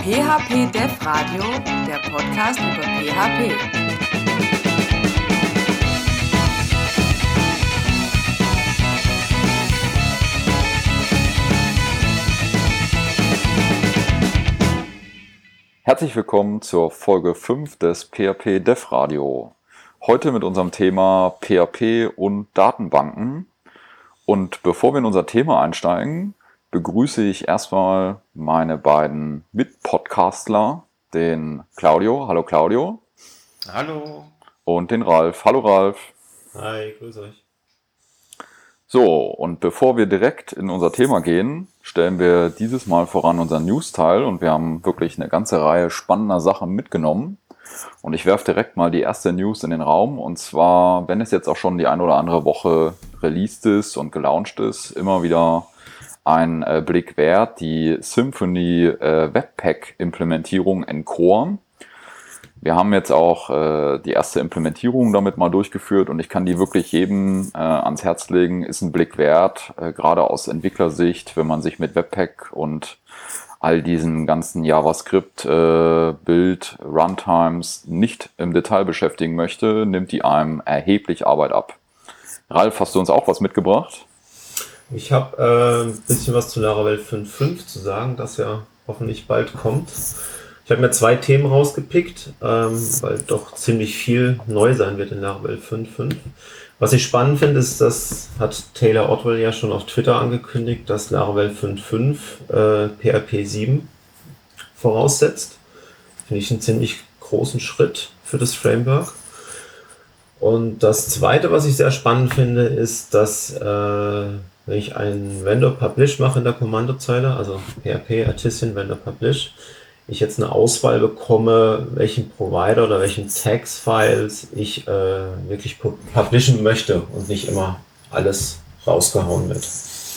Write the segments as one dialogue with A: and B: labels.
A: PHP Dev Radio, der Podcast über PHP.
B: Herzlich willkommen zur Folge 5 des PHP Dev Radio. Heute mit unserem Thema PHP und Datenbanken. Und bevor wir in unser Thema einsteigen, begrüße ich erstmal meine beiden Mitpodcastler, den Claudio. Hallo Claudio.
C: Hallo.
B: Und den Ralf. Hallo Ralf.
D: Hi, grüß euch.
B: So, und bevor wir direkt in unser Thema gehen, stellen wir dieses Mal voran unseren News-Teil und wir haben wirklich eine ganze Reihe spannender Sachen mitgenommen. Und ich werfe direkt mal die erste News in den Raum, und zwar, wenn es jetzt auch schon die eine oder andere Woche released ist und gelauncht ist, immer wieder ein Blick wert, die Symfony Webpack-Implementierung in Core. Wir haben jetzt auch die erste Implementierung damit mal durchgeführt und ich kann die wirklich jedem ans Herz legen, ist ein Blick wert, gerade aus Entwicklersicht, wenn man sich mit Webpack und all diesen ganzen JavaScript, Build, Runtimes nicht im Detail beschäftigen möchte, nimmt die einem erheblich Arbeit ab. Ralf, hast du uns auch was mitgebracht?
D: Ich habe ein bisschen was zu Laravel 5.5 zu sagen, das ja hoffentlich bald kommt. Ich habe mir 2 Themen rausgepickt, weil doch ziemlich viel neu sein wird in Laravel 5.5. Was ich spannend finde, ist, das hat Taylor Otwell ja schon auf Twitter angekündigt, dass Laravel 5.5 PHP 7 voraussetzt. Finde ich einen ziemlich großen Schritt für das Framework. Und das Zweite, was ich sehr spannend finde, ist, dass wenn ich einen Vendor Publish mache in der Kommandozeile, also PHP Artisan Vendor Publish, ich jetzt eine Auswahl bekomme, welchen Provider oder welchen Tags-Files ich wirklich publishen möchte und nicht immer alles rausgehauen wird.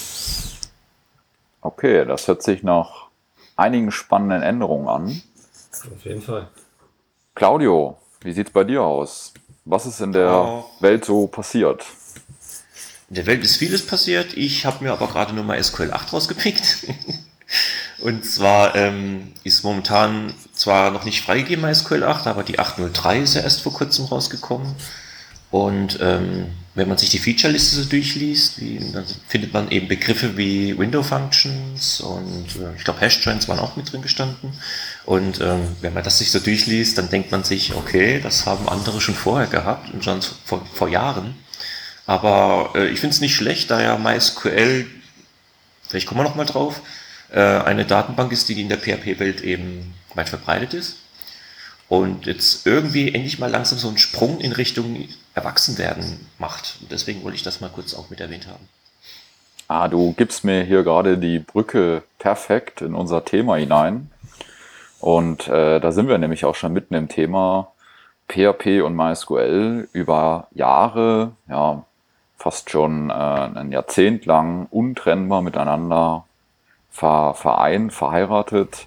B: Okay, das hört sich nach einigen spannenden Änderungen an.
D: Auf jeden Fall.
B: Claudio, wie sieht's bei dir aus? Was ist in der Welt so passiert?
C: In der Welt ist vieles passiert. Ich habe mir aber gerade nur mal SQL 8 rausgepickt. Und zwar ist momentan zwar noch nicht freigegeben SQL 8, aber die 8.03 ist ja erst vor kurzem rausgekommen. Und wenn man sich die Feature-Liste so durchliest, dann findet man eben Begriffe wie Window-Functions und ich glaube Hash-Trends waren auch mit drin gestanden. Und wenn man das sich so durchliest, dann denkt man sich, okay, das haben andere schon vorher gehabt und schon vor Jahren. Aber ich finde es nicht schlecht, da ja MySQL, vielleicht kommen wir noch mal drauf, eine Datenbank ist, die in der PHP-Welt eben weit verbreitet ist und jetzt irgendwie endlich mal langsam so einen Sprung in Richtung Erwachsenwerden macht. Und deswegen wollte ich das mal kurz auch mit erwähnt haben.
B: Du gibst mir hier gerade die Brücke perfekt in unser Thema hinein. Und da sind wir nämlich auch schon mitten im Thema PHP und MySQL über Jahre, ja fast schon ein Jahrzehnt lang untrennbar miteinander verheiratet.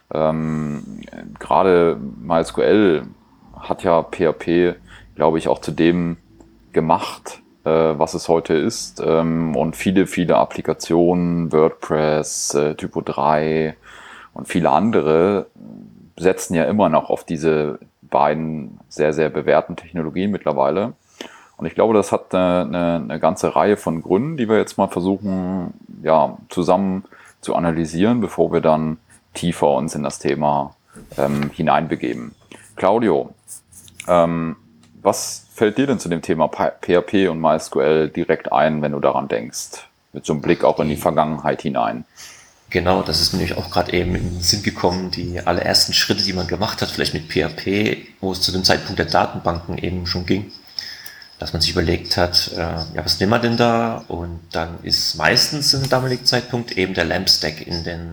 B: Gerade MySQL hat ja PHP, glaube ich, auch zu dem gemacht, was es heute ist. Und viele Applikationen, WordPress, Typo 3 und viele andere setzen ja immer noch auf diese beiden sehr, sehr bewährten Technologien mittlerweile. Und ich glaube, das hat eine ganze Reihe von Gründen, die wir jetzt mal versuchen, ja, zusammen zu analysieren, bevor wir dann tiefer uns in das Thema hineinbegeben. Claudio, was fällt dir denn zu dem Thema PHP und MySQL direkt ein, wenn du daran denkst? Mit so einem Blick auch in die Vergangenheit hinein.
C: Genau, das ist mir nämlich auch gerade eben in den Sinn gekommen, die allerersten Schritte, die man gemacht hat, vielleicht mit PHP, wo es zu dem Zeitpunkt der Datenbanken eben schon ging. Dass man sich überlegt hat, ja, was nehmen wir denn da? Und dann ist meistens im damaligen Zeitpunkt eben der LAMP-Stack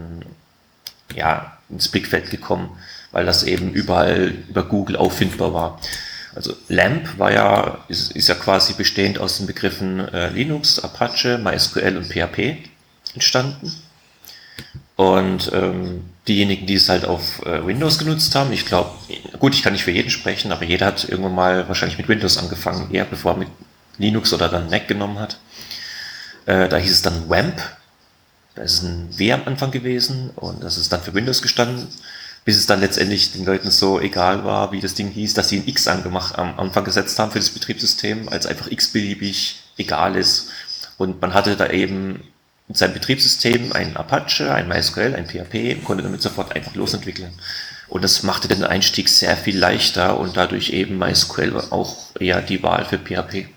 C: ins Blickfeld gekommen, weil das eben überall über Google auffindbar war. Also LAMP ist ja quasi bestehend aus den Begriffen Linux, Apache, MySQL und PHP entstanden. Und diejenigen, die es halt auf Windows genutzt haben, ich glaube, gut, ich kann nicht für jeden sprechen, aber jeder hat irgendwann mal wahrscheinlich mit Windows angefangen, eher bevor er mit Linux oder dann Mac genommen hat. Da hieß es dann WAMP, Da ist ein W am Anfang gewesen und das ist dann für Windows gestanden. bis es dann letztendlich den Leuten so egal war, wie das Ding hieß, dass sie ein X am Anfang gesetzt haben für das Betriebssystem, als einfach x-beliebig egal ist. Und man hatte da eben in seinem Betriebssystem ein Apache, ein MySQL, ein PHP und konnte damit sofort einfach losentwickeln. Und das machte den Einstieg sehr viel leichter und dadurch eben MySQL auch eher die Wahl für PHP.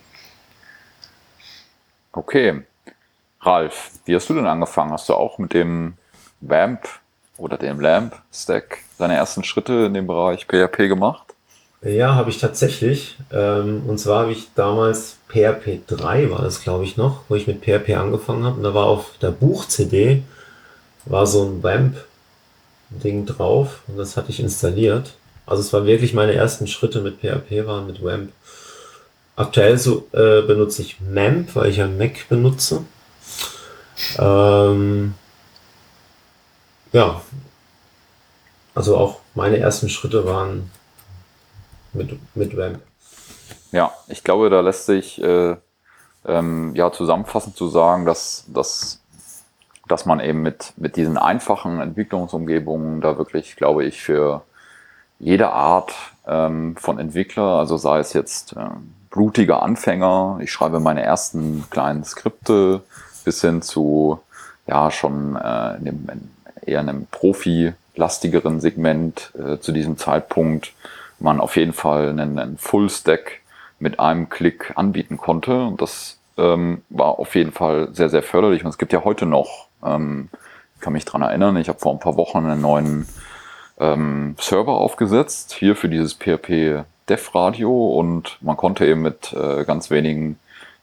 B: Okay. Ralf, wie hast du denn angefangen? Hast du auch mit dem WAMP oder dem LAMP-Stack deine ersten Schritte in dem Bereich PHP gemacht?
D: Ja, habe ich tatsächlich. Und zwar habe ich damals PHP 3 war das, glaube ich, noch, wo ich mit PHP angefangen habe. Und da war auf der Buch-CD war so ein WAMP-Ding drauf und das hatte ich installiert. Also es war wirklich meine ersten Schritte mit PHP waren mit WAMP. Aktuell benutze ich MAMP, weil ich ein Mac benutze. Ja, also auch meine ersten Schritte waren mit WAMP.
B: Ja, ich glaube, da lässt sich ja zusammenfassend zu sagen, dass man eben mit diesen einfachen Entwicklungsumgebungen da wirklich, glaube ich, für jede Art von Entwickler, also sei es jetzt blutiger Anfänger, ich schreibe meine ersten kleinen Skripte, bis hin zu ja schon eher einem profi-lastigeren Segment zu diesem Zeitpunkt man auf jeden Fall einen Full-Stack mit einem Klick anbieten konnte. Und das war auf jeden Fall sehr, sehr förderlich. Und es gibt ja heute noch, ich kann mich dran erinnern, ich habe vor ein paar Wochen einen neuen Server aufgesetzt, hier für dieses PHP Dev Radio, und man konnte eben mit ganz wenigen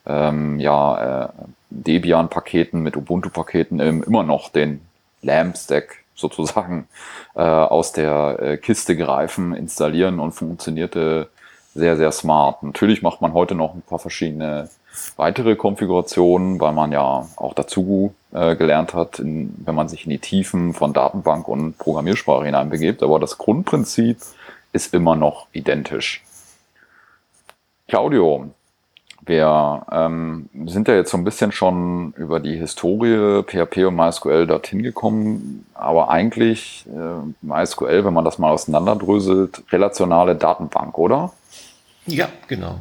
B: Debian-Paketen, mit Ubuntu-Paketen immer noch den LAMP-Stack sozusagen aus der Kiste greifen, installieren, und funktionierte sehr, sehr smart. Natürlich macht man heute noch ein paar verschiedene weitere Konfigurationen, weil man ja auch dazu gelernt hat, wenn man sich in die Tiefen von Datenbank und Programmiersprache hineinbegibt. Aber das Grundprinzip ist immer noch identisch. Claudio, wir sind ja jetzt so ein bisschen schon über die Historie PHP und MySQL dorthin gekommen, aber eigentlich MySQL, wenn man das mal auseinanderdröselt, relationale Datenbank, oder?
C: Ja, genau.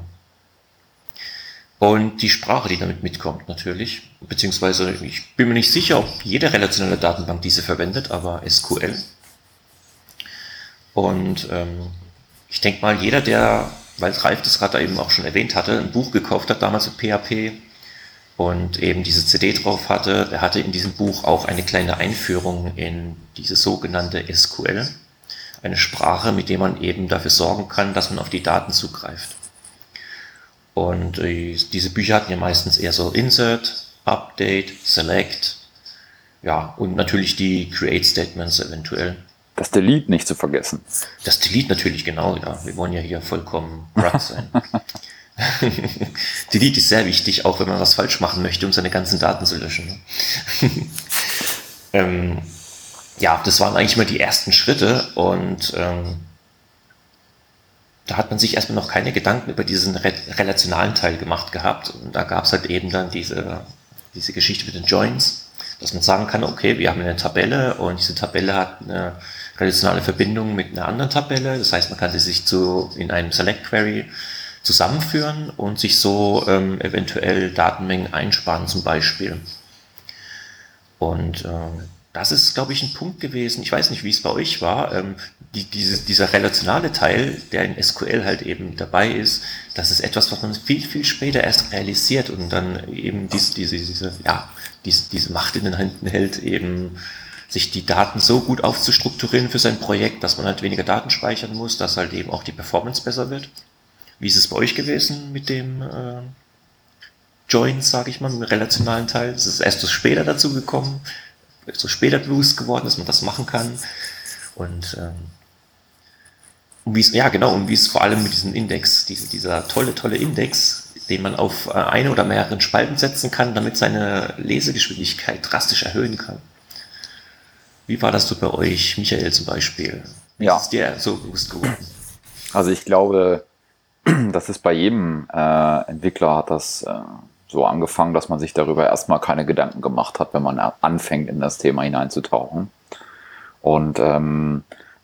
C: Und die Sprache, die damit mitkommt natürlich, beziehungsweise ich bin mir nicht sicher, ob jede relationale Datenbank diese verwendet, aber SQL. Und ich denke mal, jeder, der, weil Ralf das gerade eben auch schon erwähnt hatte, ein Buch gekauft hat damals mit PHP und eben diese CD drauf hatte, der hatte in diesem Buch auch eine kleine Einführung in diese sogenannte SQL, eine Sprache, mit der man eben dafür sorgen kann, dass man auf die Daten zugreift. Und diese Bücher hatten ja meistens eher so Insert, Update, Select, ja, und natürlich die Create Statements eventuell.
B: Das Delete nicht zu vergessen.
C: Das Delete natürlich, genau, ja. Wir wollen ja hier vollkommen brav sein. Delete ist sehr wichtig, auch wenn man was falsch machen möchte, um seine ganzen Daten zu löschen. Ja, das waren eigentlich mal die ersten Schritte, und da hat man sich erstmal noch keine Gedanken über diesen relationalen Teil gemacht gehabt. Und da gab es halt eben dann diese Geschichte mit den Joins, dass man sagen kann, okay, wir haben eine Tabelle und diese Tabelle hat eine relationale Verbindung mit einer anderen Tabelle. Das heißt, man kann sie sich in einem Select-Query zusammenführen und sich so eventuell Datenmengen einsparen zum Beispiel. Und das ist, glaube ich, ein Punkt gewesen. Ich weiß nicht, wie es bei euch war. Dieser relationale Teil, der in SQL halt eben dabei ist, das ist etwas, was man viel, viel später erst realisiert und dann eben diese Macht in den Händen hält, eben sich die Daten so gut aufzustrukturieren für sein Projekt, dass man halt weniger Daten speichern muss, dass halt eben auch die Performance besser wird. Wie ist es bei euch gewesen mit dem Joins, sage ich mal, mit dem relationalen Teil? Es ist erst so später dazu gekommen, so später bewusst geworden, dass man das machen kann. Und wie es vor allem mit diesem Index, dieser tolle Index, den man auf eine oder mehreren Spalten setzen kann, damit seine Lesegeschwindigkeit drastisch erhöhen kann. Wie war das so bei euch, Michael zum Beispiel? Wie ist es dir so bewusst geworden?
B: Also ich glaube, das ist bei jedem Entwickler hat das so angefangen, dass man sich darüber erstmal keine Gedanken gemacht hat, wenn man anfängt, in das Thema hineinzutauchen. Und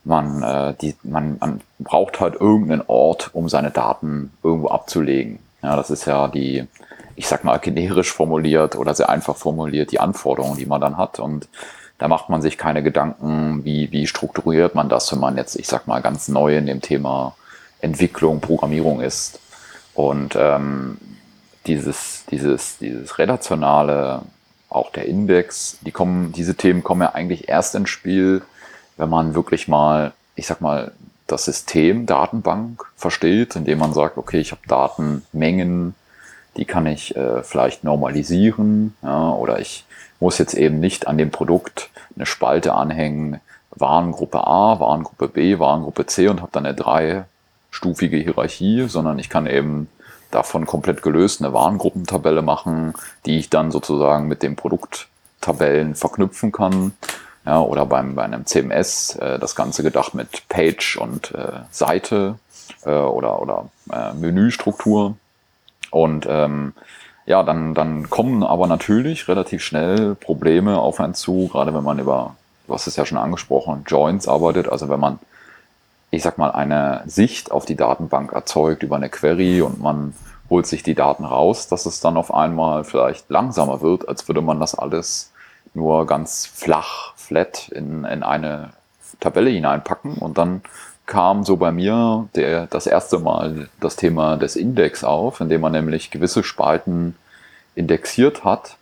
B: man braucht halt irgendeinen Ort, um seine Daten irgendwo abzulegen. Ja, das ist ja ich sag mal, generisch formuliert oder sehr einfach formuliert, die Anforderungen, die man dann hat. Und da macht man sich keine Gedanken, wie strukturiert man das, wenn man jetzt, ich sag mal, ganz neu in dem Thema Entwicklung, Programmierung ist. Und dieses relationale, auch der Index, diese Themen kommen ja eigentlich erst ins Spiel, wenn man wirklich mal, ich sag mal, das System Datenbank versteht, indem man sagt, okay, ich habe Datenmengen, die kann ich vielleicht normalisieren, ja, oder ich muss jetzt eben nicht an dem Produkt eine Spalte anhängen, Warengruppe A, Warengruppe B, Warengruppe C und habe dann eine dreistufige Hierarchie, sondern ich kann eben davon komplett gelöst eine Warengruppentabelle machen, die ich dann sozusagen mit den Produkttabellen verknüpfen kann. Ja, oder bei einem CMS das Ganze gedacht mit Page und Seite oder Menüstruktur. Und ja, dann kommen aber natürlich relativ schnell Probleme auf einen zu, gerade wenn man du hast es ja schon angesprochen, Joins arbeitet, also wenn man, ich sag mal, eine Sicht auf die Datenbank erzeugt über eine Query und man holt sich die Daten raus, dass es dann auf einmal vielleicht langsamer wird, als würde man das alles nur ganz flat in eine Tabelle hineinpacken. Und dann kam so bei mir das erste Mal das Thema des Index auf, indem man nämlich gewisse Spalten indexiert hat,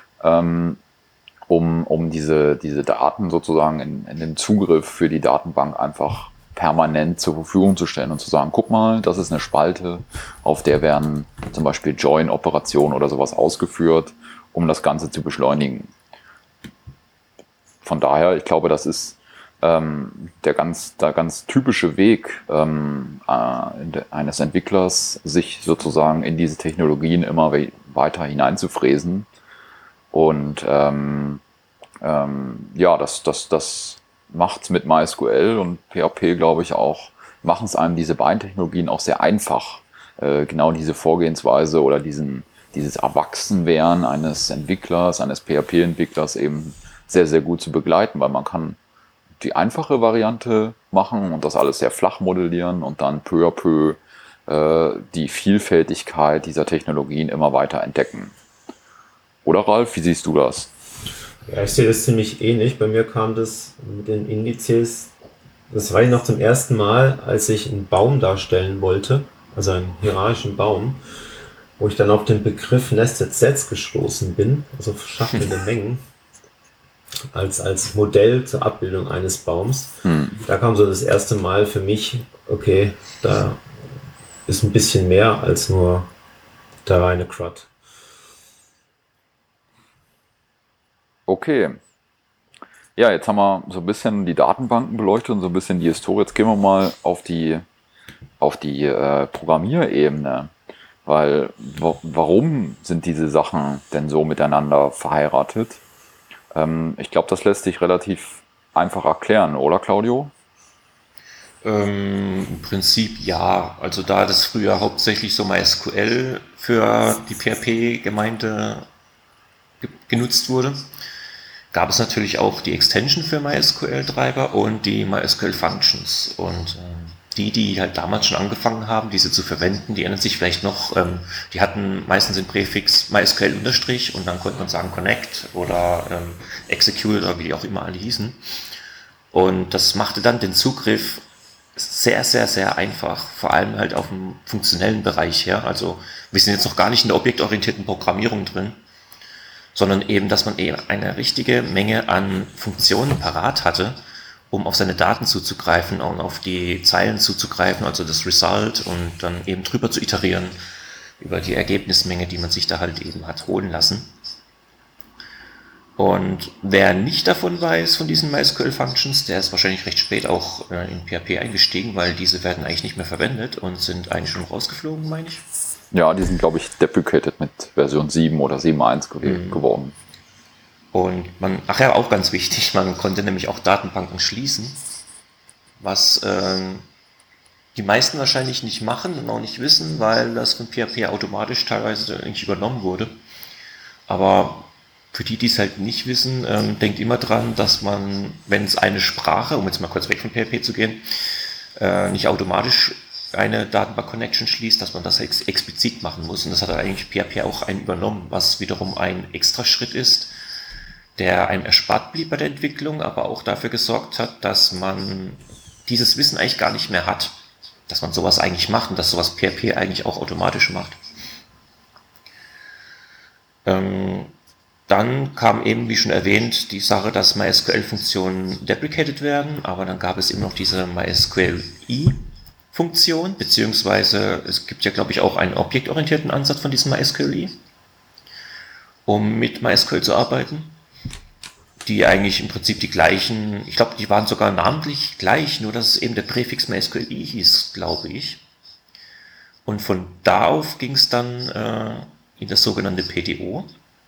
B: um diese Daten sozusagen in den Zugriff für die Datenbank einfach permanent zur Verfügung zu stellen und zu sagen, guck mal, das ist eine Spalte, auf der werden zum Beispiel Join-Operationen oder sowas ausgeführt, um das Ganze zu beschleunigen. Von daher, ich glaube, das ist der ganz typische Weg eines Entwicklers, sich sozusagen in diese Technologien immer weiter hineinzufräsen. Und ja, das macht es mit MySQL und PHP, glaube ich, auch, machen es einem diese beiden Technologien auch sehr einfach, genau diese Vorgehensweise oder dieses Erwachsenwerden eines Entwicklers, eines PHP-Entwicklers eben sehr, sehr gut zu begleiten, weil man kann die einfache Variante machen und das alles sehr flach modellieren und dann peu à peu die Vielfältigkeit dieser Technologien immer weiter entdecken. Oder Ralf, wie siehst du das?
D: Ja, ich sehe das ziemlich ähnlich. Bei mir kam das mit den Indizes, das war ich noch zum ersten Mal, als ich einen Baum darstellen wollte, also einen hierarchischen Baum, wo ich dann auf den Begriff Nested Sets gestoßen bin, also verschachtelte Mengen, als Modell zur Abbildung eines Baums. Da kam so das erste Mal für mich, okay, da ist ein bisschen mehr als nur der reine CRUD.
B: Okay. Ja, jetzt haben wir so ein bisschen die Datenbanken beleuchtet und so ein bisschen die Historie. Jetzt gehen wir mal auf die Programmierebene. Weil, warum sind diese Sachen denn so miteinander verheiratet? Ich glaube, das lässt sich relativ einfach erklären, oder Claudio?
C: Im Prinzip ja. Also da das früher hauptsächlich so MySQL für die PHP-Gemeinde genutzt wurde, gab es natürlich auch die Extension für MySQL-Treiber und die MySQL-Functions. Und die halt damals schon angefangen haben, diese zu verwenden, die erinnern sich vielleicht noch, die hatten meistens den Präfix MySQL unterstrich und dann konnte man sagen Connect oder Execute oder wie die auch immer alle hießen. Und das machte dann den Zugriff sehr, sehr, sehr einfach, vor allem halt auf dem funktionellen Bereich her. Also wir sind jetzt noch gar nicht in der objektorientierten Programmierung drin, sondern eben, dass man eben eine richtige Menge an Funktionen parat hatte, um auf seine Daten zuzugreifen und auf die Zeilen zuzugreifen, also das Result, und dann eben drüber zu iterieren über die Ergebnismenge, die man sich da halt eben hat holen lassen. Und wer nicht davon weiß, von diesen MySQL-Functions, der ist wahrscheinlich recht spät auch in PHP eingestiegen, weil diese werden eigentlich nicht mehr verwendet und sind eigentlich schon rausgeflogen, meine ich.
B: Ja, die sind, glaube ich, deprecated mit Version 7 oder 7.1 geworden.
C: Und auch ganz wichtig, man konnte nämlich auch Datenbanken schließen, was die meisten wahrscheinlich nicht machen und auch nicht wissen, weil das von PHP automatisch teilweise eigentlich übernommen wurde. Aber für die es halt nicht wissen, denkt immer dran, dass man, wenn es eine Sprache, um jetzt mal kurz weg von PHP zu gehen, nicht automatisch eine Datenbank-Connection schließt, dass man das explizit machen muss. Und das hat eigentlich PHP auch einen übernommen, was wiederum ein extra Schritt ist, der einem erspart blieb bei der Entwicklung, aber auch dafür gesorgt hat, dass man dieses Wissen eigentlich gar nicht mehr hat, dass man sowas eigentlich macht und dass sowas PHP eigentlich auch automatisch macht. Dann kam eben, wie schon erwähnt, die Sache, dass MySQL-Funktionen deprecated werden, aber dann gab es eben noch diese MySQL-I-Funktion, beziehungsweise es gibt ja, glaube ich, auch einen objektorientierten Ansatz von diesem MySQL-I, um mit MySQL zu arbeiten, die eigentlich im Prinzip die gleichen, ich glaube, die waren sogar namentlich gleich, nur dass es eben der Präfix MySQL-I hieß, glaube ich. Und von da auf ging es dann in das sogenannte PDO,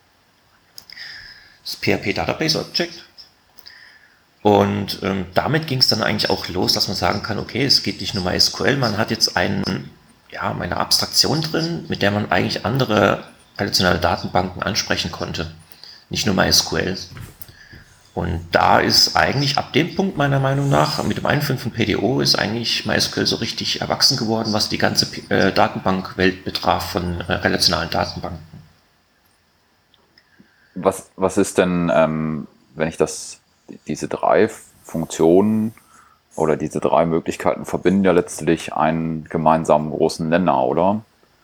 C: das PHP Database Object. Und damit ging es dann eigentlich auch los, dass man sagen kann, okay, es geht nicht nur MySQL, man hat jetzt eine Abstraktion drin, mit der man eigentlich andere relationale Datenbanken ansprechen konnte. Nicht nur MySQL. Und da ist eigentlich ab dem Punkt meiner Meinung nach, mit dem Einführen von PDO, ist eigentlich MySQL so richtig erwachsen geworden, was die ganze Datenbankwelt betraf von relationalen Datenbanken.
B: Was ist denn, wenn ich diese 3 Funktionen oder diese 3 Möglichkeiten verbinden ja letztlich einen gemeinsamen großen Nenner, oder?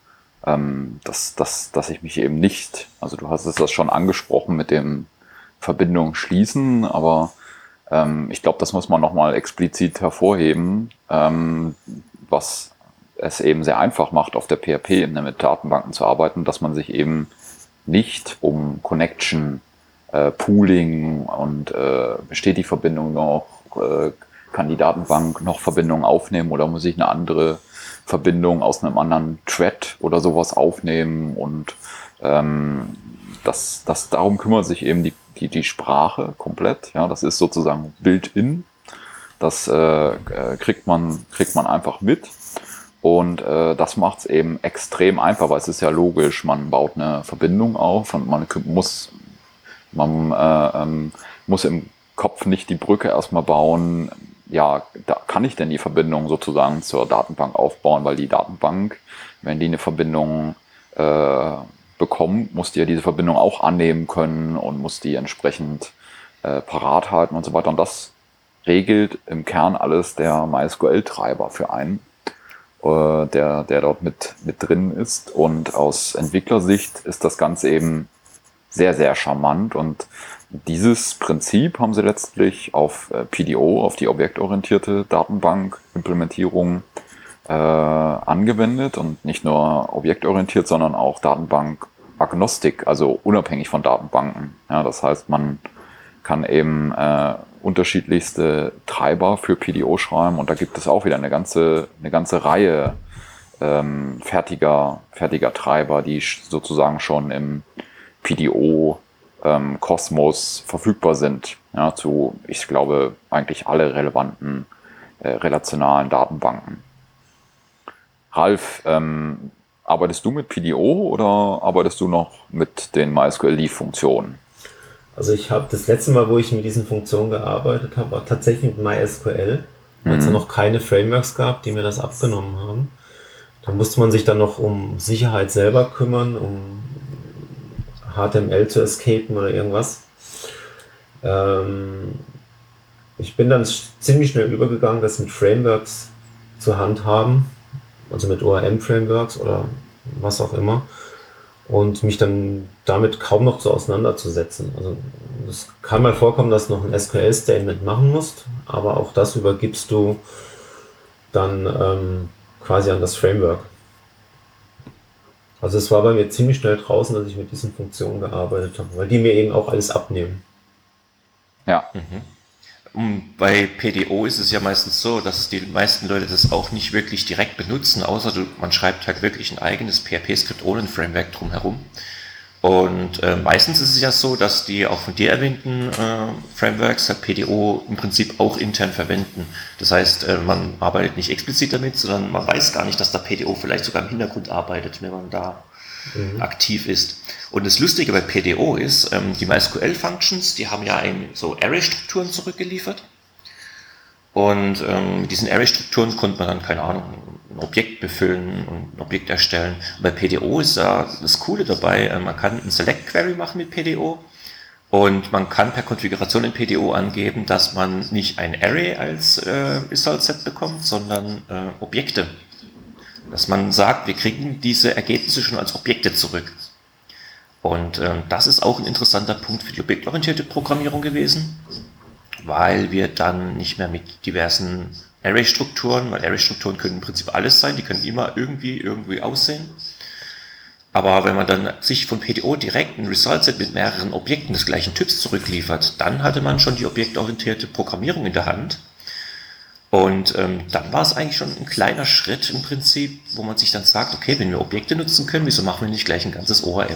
B: Dass ich mich eben nicht, also du hast es das schon angesprochen mit dem Verbindung schließen, aber ich glaube, das muss man nochmal explizit hervorheben, was es eben sehr einfach macht, auf der PHP-Ebene mit Datenbanken zu arbeiten, dass man sich eben nicht um Connection, Pooling und besteht die Verbindung noch, kann die Datenbank noch Verbindungen aufnehmen oder muss ich eine andere Verbindung aus einem anderen Thread oder sowas aufnehmen und darum kümmert sich eben die Sprache komplett. Ja, das ist sozusagen built-in. Das kriegt man einfach mit. Und das macht es eben extrem einfach, weil es ist ja logisch, man baut eine Verbindung auf und man muss im Kopf nicht die Brücke erstmal bauen, ja, da kann ich denn die Verbindung sozusagen zur Datenbank aufbauen, weil die Datenbank, wenn die eine Verbindung bekommt, muss die ja diese Verbindung auch annehmen können und muss die entsprechend parat halten und so weiter. Und das regelt im Kern alles der MySQL-Treiber für einen, der dort mit drin ist. Und aus Entwicklersicht ist das Ganze eben sehr, sehr charmant. Und dieses Prinzip haben sie letztlich auf PDO, auf die objektorientierte Datenbank-Implementierung angewendet und nicht nur objektorientiert, sondern auch Datenbank-agnostik, also unabhängig von Datenbanken. Ja, das heißt, man kann eben unterschiedlichste Treiber für PDO schreiben und da gibt es auch wieder eine ganze Reihe fertiger Treiber, die sozusagen schon im PDO-Kosmos verfügbar sind, ja, zu, ich glaube, eigentlich alle relevanten relationalen Datenbanken. Ralf, arbeitest du mit PDO oder arbeitest du noch mit den MySQL-Leaf-Funktionen?
D: Also ich habe das letzte Mal, wo ich mit diesen Funktionen gearbeitet habe, war tatsächlich mit MySQL, weil es ja noch keine Frameworks gab, die mir das abgenommen haben. Da musste man sich dann noch um Sicherheit selber kümmern, um HTML zu escapen oder irgendwas. Ich bin dann ziemlich schnell übergegangen, das mit Frameworks zu handhaben, also mit ORM-Frameworks oder was auch immer, und mich dann damit kaum noch so auseinanderzusetzen. Also es kann mal vorkommen, dass du noch ein SQL-Statement machen musst, aber auch das übergibst du dann quasi an das Framework. Also es war bei mir ziemlich schnell draußen, dass ich mit diesen Funktionen gearbeitet habe, weil die mir eben auch alles abnehmen.
B: Ja.
C: Bei PDO ist es ja meistens so, dass die meisten Leute das auch nicht wirklich direkt benutzen, außer man schreibt halt wirklich ein eigenes PHP-Skript ohne ein Framework drumherum. Und meistens ist es ja so, dass die auch von dir erwähnten Frameworks halt PDO im Prinzip auch intern verwenden. Das heißt, man arbeitet nicht explizit damit, sondern man weiß gar nicht, dass da PDO vielleicht sogar im Hintergrund arbeitet, wenn man da aktiv ist. Und das Lustige bei PDO ist, die MySQL-Functions, die haben ja so Array-Strukturen zurückgeliefert. Und mit diesen Array-Strukturen konnte man dann, keine Ahnung, ein Objekt befüllen und ein Objekt erstellen. Und bei PDO ist da das Coole dabei, man kann ein Select-Query machen mit PDO und man kann per Konfiguration in PDO angeben, dass man nicht ein Array als Result-Set bekommt, sondern Objekte. Dass man sagt, wir kriegen diese Ergebnisse schon als Objekte zurück. Und das ist auch ein interessanter Punkt für die objektorientierte Programmierung gewesen, weil wir dann nicht mehr mit diversen Array-Strukturen, weil Array-Strukturen können im Prinzip alles sein, die können immer irgendwie aussehen. Aber wenn man dann sich von PDO direkt ein Result-Set mit mehreren Objekten des gleichen Typs zurückliefert, dann hatte man schon die objektorientierte Programmierung in der Hand. Und dann war es eigentlich schon ein kleiner Schritt im Prinzip, wo man sich dann sagt, okay, wenn wir Objekte nutzen können, wieso machen wir nicht gleich ein ganzes ORM?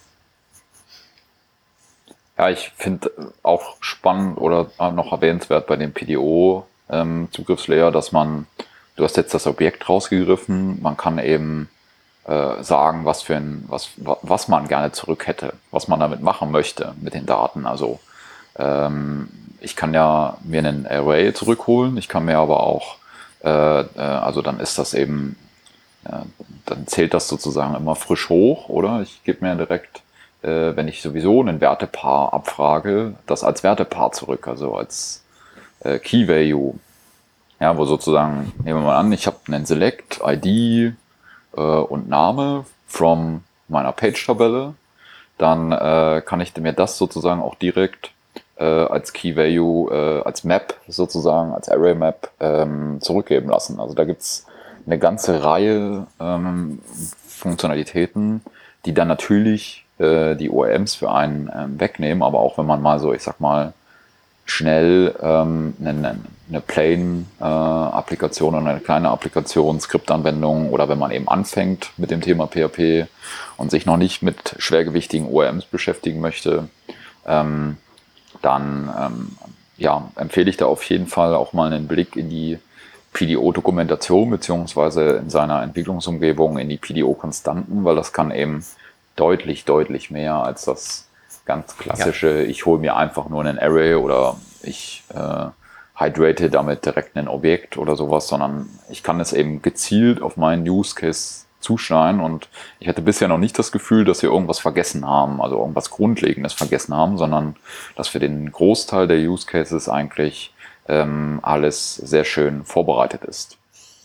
B: Ja, ich finde auch spannend oder noch erwähnenswert bei dem PDO-Zugriffslayer, dass du hast jetzt das Objekt rausgegriffen, man kann eben sagen, was man gerne zurück hätte, was man damit machen möchte mit den Daten. Also ich kann ja mir einen Array zurückholen, ich kann mir aber auch, also dann ist das eben, dann zählt das sozusagen immer frisch hoch, oder? Ich gebe mir direkt, wenn ich sowieso ein Wertepaar abfrage, das als Wertepaar zurück, also als Key Value. Ja, wo sozusagen, nehmen wir mal an, ich habe einen Select, ID und Name from meiner Page-Tabelle, dann kann ich mir das sozusagen auch direkt als Key Value, als Map sozusagen, als Array Map zurückgeben lassen. Also da gibt's eine ganze Reihe Funktionalitäten, die dann natürlich die ORMs für einen wegnehmen, aber auch wenn man mal so, ich sag mal, schnell eine Plain-Applikation oder eine kleine Applikation, Skriptanwendung oder wenn man eben anfängt mit dem Thema PHP und sich noch nicht mit schwergewichtigen ORMs beschäftigen möchte, dann empfehle ich da auf jeden Fall auch mal einen Blick in die PDO-Dokumentation beziehungsweise in seiner Entwicklungsumgebung in die PDO-Konstanten, weil das kann eben deutlich mehr als das ganz klassische, ich hole mir einfach nur einen Array oder ich hydrate damit direkt ein Objekt oder sowas, sondern ich kann es eben gezielt auf meinen Use Case zuschneiden und ich hatte bisher noch nicht das Gefühl, dass wir irgendwas vergessen haben, also irgendwas Grundlegendes vergessen haben, sondern dass für den Großteil der Use Cases eigentlich alles sehr schön vorbereitet ist.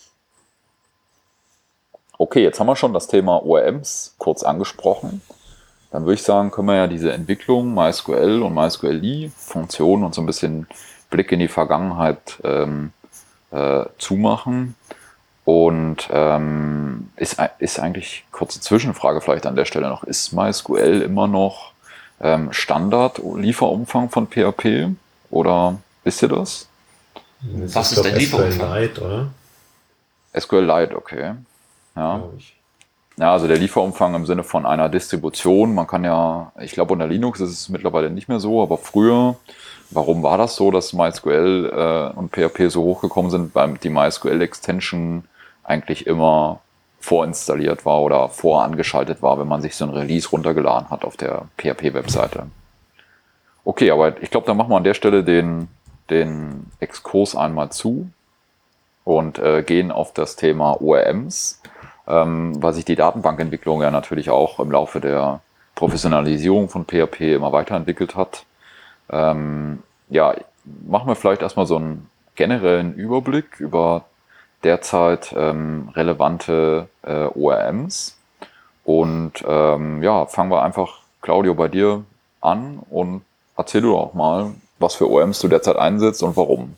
B: Okay, jetzt haben wir schon das Thema ORMs kurz angesprochen. Dann würde ich sagen, können wir ja diese Entwicklung MySQL und MySQL-Li, Funktionen und so ein bisschen Blick in die Vergangenheit zumachen. Und ist eigentlich, kurze Zwischenfrage vielleicht an der Stelle noch, ist MySQL immer noch Standard-Lieferumfang von PHP? Oder wisst ihr das?
C: Was ist der Lieferumfang?
D: SQL Lite, oder?
B: SQL Lite, okay. Ja. Ja, also der Lieferumfang im Sinne von einer Distribution. Man kann ja, ich glaube unter Linux ist es mittlerweile nicht mehr so, aber früher, warum war das so, dass MySQL und PHP so hochgekommen sind, weil die MySQL-Extension eigentlich immer vorinstalliert war oder vorangeschaltet war, wenn man sich so ein Release runtergeladen hat auf der PHP-Webseite. Okay, aber ich glaube, da machen wir an der Stelle den Exkurs einmal zu und gehen auf das Thema ORMs. Weil sich die Datenbankentwicklung ja natürlich auch im Laufe der Professionalisierung von PHP immer weiterentwickelt hat. Machen wir vielleicht erstmal so einen generellen Überblick über derzeit relevante ORMs. Und fangen wir einfach, Claudio, bei dir an und erzähl du auch mal, was für ORMs du derzeit einsetzt und warum.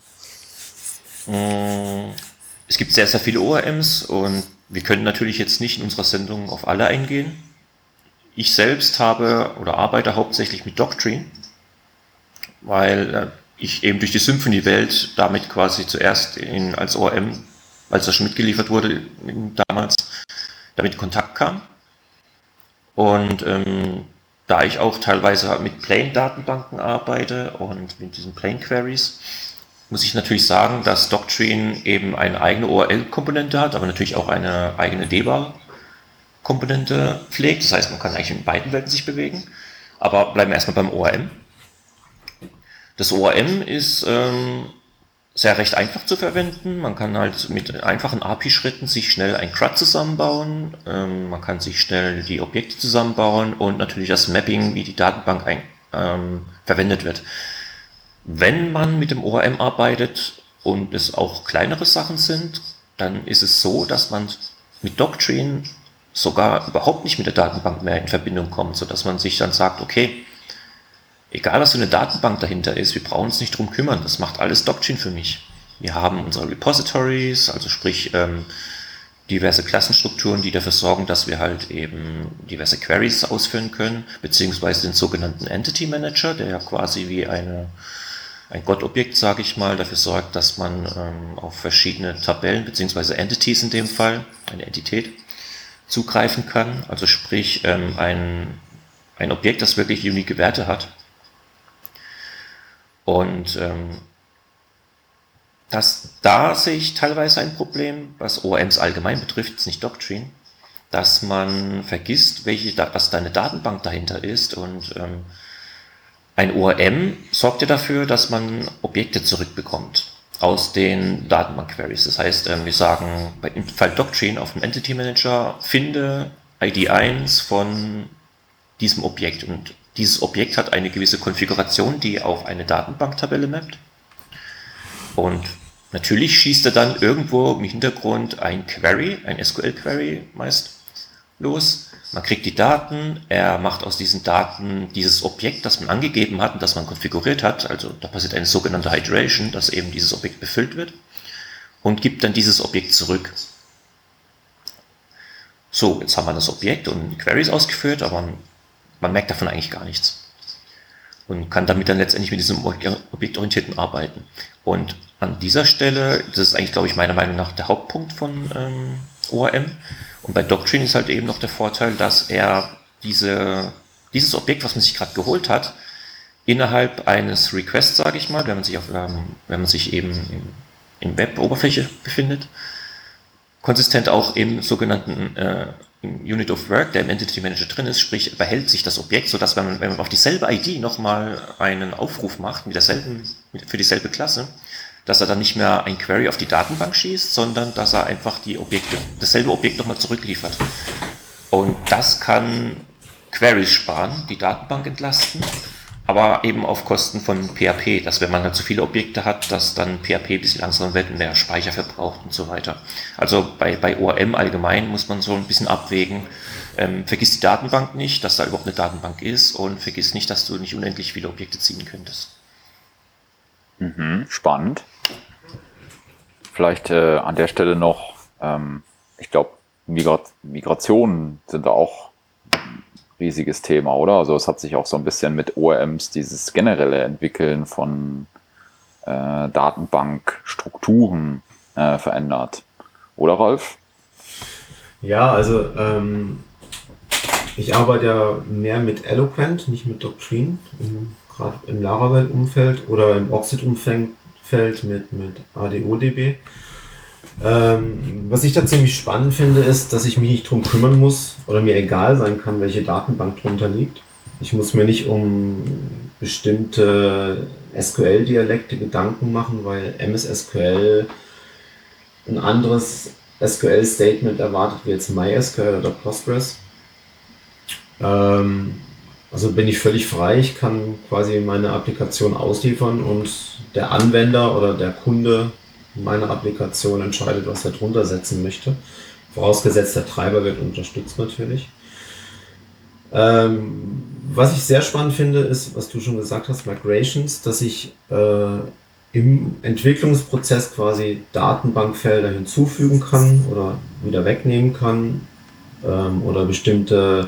C: Es gibt sehr viele ORMs und wir können natürlich jetzt nicht in unserer Sendung auf alle eingehen. Ich selbst arbeite hauptsächlich mit Doctrine, weil ich eben durch die Symfony-Welt damit quasi zuerst als ORM, als das schon mitgeliefert wurde, damals damit in Kontakt kam. Und da ich auch teilweise mit Plain-Datenbanken arbeite und mit diesen Plain-Queries, muss ich natürlich sagen, dass Doctrine eben eine eigene ORL-Komponente hat, aber natürlich auch eine eigene Debug. Komponente pflegt. Das heißt, man kann eigentlich in beiden Welten sich bewegen. Aber bleiben wir erstmal beim ORM. Das ORM ist sehr recht einfach zu verwenden. Man kann halt mit einfachen API-Schritten sich schnell ein CRUD zusammenbauen. Man kann sich schnell die Objekte zusammenbauen und natürlich das Mapping, wie die Datenbank verwendet wird. Wenn man mit dem ORM arbeitet und es auch kleinere Sachen sind, dann ist es so, dass man mit Doctrine sogar überhaupt nicht mit der Datenbank mehr in Verbindung kommt, sodass man sich dann sagt, okay, egal was für eine Datenbank dahinter ist, wir brauchen uns nicht drum kümmern, das macht alles Doctrine für mich. Wir haben unsere Repositories, also sprich diverse Klassenstrukturen, die dafür sorgen, dass wir halt eben diverse Queries ausführen können, beziehungsweise den sogenannten Entity Manager, der ja quasi wie ein GOT-Objekt, sage ich mal, dafür sorgt, dass man auf verschiedene Tabellen, beziehungsweise Entities in dem Fall, eine Entität, zugreifen kann. Also sprich ein Objekt, das wirklich unique Werte hat. Und da sehe ich teilweise ein Problem, was ORMs allgemein betrifft, ist nicht Doctrine, dass man vergisst, was deine Datenbank dahinter ist. Und ein ORM sorgt ja dafür, dass man Objekte zurückbekommt aus den Datenbank-Queries. Das heißt, wir sagen im Fall Doctrine auf dem Entity Manager, finde ID 1 von diesem Objekt. Und dieses Objekt hat eine gewisse Konfiguration, die auf eine Datenbanktabelle mappt. Und natürlich schießt er dann irgendwo im Hintergrund ein Query, ein SQL-Query meist los. Man kriegt die Daten, er macht aus diesen Daten dieses Objekt, das man angegeben hat und das man konfiguriert hat, also da passiert eine sogenannte Hydration, dass eben dieses Objekt befüllt wird und gibt dann dieses Objekt zurück. So, jetzt haben wir das Objekt und Queries ausgeführt, aber man merkt davon eigentlich gar nichts und kann damit dann letztendlich mit diesem objektorientierten arbeiten. Und an dieser Stelle, das ist eigentlich, glaube ich, meiner Meinung nach der Hauptpunkt von ORM. Und bei Doctrine ist halt eben noch der Vorteil, dass er dieses Objekt, was man sich gerade geholt hat, innerhalb eines Requests, sage ich mal, wenn man sich eben in Web-Oberfläche befindet, konsistent auch im sogenannten im Unit of Work, der im Entity Manager drin ist, sprich behält sich das Objekt, sodass wenn man auf dieselbe ID nochmal einen Aufruf macht für dieselbe Klasse, dass er dann nicht mehr ein Query auf die Datenbank schießt, sondern dass er einfach dasselbe Objekt nochmal zurückliefert. Und das kann Queries sparen, die Datenbank entlasten, aber eben auf Kosten von PHP, dass wenn man halt zu viele Objekte hat, dass dann PHP ein bisschen langsamer wird und mehr Speicher verbraucht und so weiter. Also bei ORM allgemein muss man so ein bisschen abwägen, vergiss die Datenbank nicht, dass da überhaupt eine Datenbank ist und vergiss nicht, dass du nicht unendlich viele Objekte ziehen könntest.
B: Spannend. Vielleicht an der Stelle noch, ich glaube, Migrationen sind da auch ein riesiges Thema, oder? Also es hat sich auch so ein bisschen mit ORMs dieses generelle Entwickeln von Datenbankstrukturen verändert. Oder, Ralf?
D: Ja, also ich arbeite ja mehr mit Eloquent, nicht mit Doctrine, gerade im Laravel-Umfeld oder im Oxid-Umfeld mit ADODB. Was ich da ziemlich spannend finde, ist, dass ich mich nicht drum kümmern muss oder mir egal sein kann, welche Datenbank drunter liegt. Ich muss mir nicht um bestimmte SQL-Dialekte Gedanken machen, weil MS SQL ein anderes SQL-Statement erwartet wie jetzt MySQL oder Postgres. Also bin ich völlig frei, ich kann quasi meine Applikation ausliefern und der Anwender oder der Kunde meiner Applikation entscheidet, was er drunter setzen möchte. Vorausgesetzt, der Treiber wird unterstützt natürlich. Was ich sehr spannend finde, ist, was du schon gesagt hast, Migrations, dass ich im Entwicklungsprozess quasi Datenbankfelder hinzufügen kann oder wieder wegnehmen kann oder bestimmte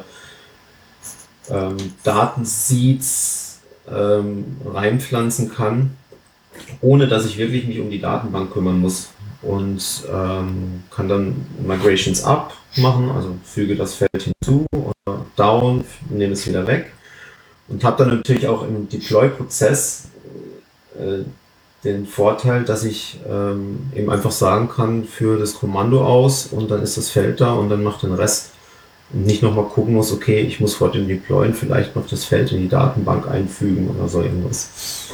D: Datenseeds reinpflanzen kann, ohne dass ich wirklich mich um die Datenbank kümmern muss und kann dann Migrations up machen, also füge das Feld hinzu oder down, nehme es wieder weg und habe dann natürlich auch im Deploy-Prozess den Vorteil, dass ich eben einfach sagen kann, führe das Kommando aus und dann ist das Feld da und dann macht den Rest Und nicht nochmal gucken muss, okay, ich muss vor dem Deployen vielleicht noch das Feld in die Datenbank einfügen oder so irgendwas.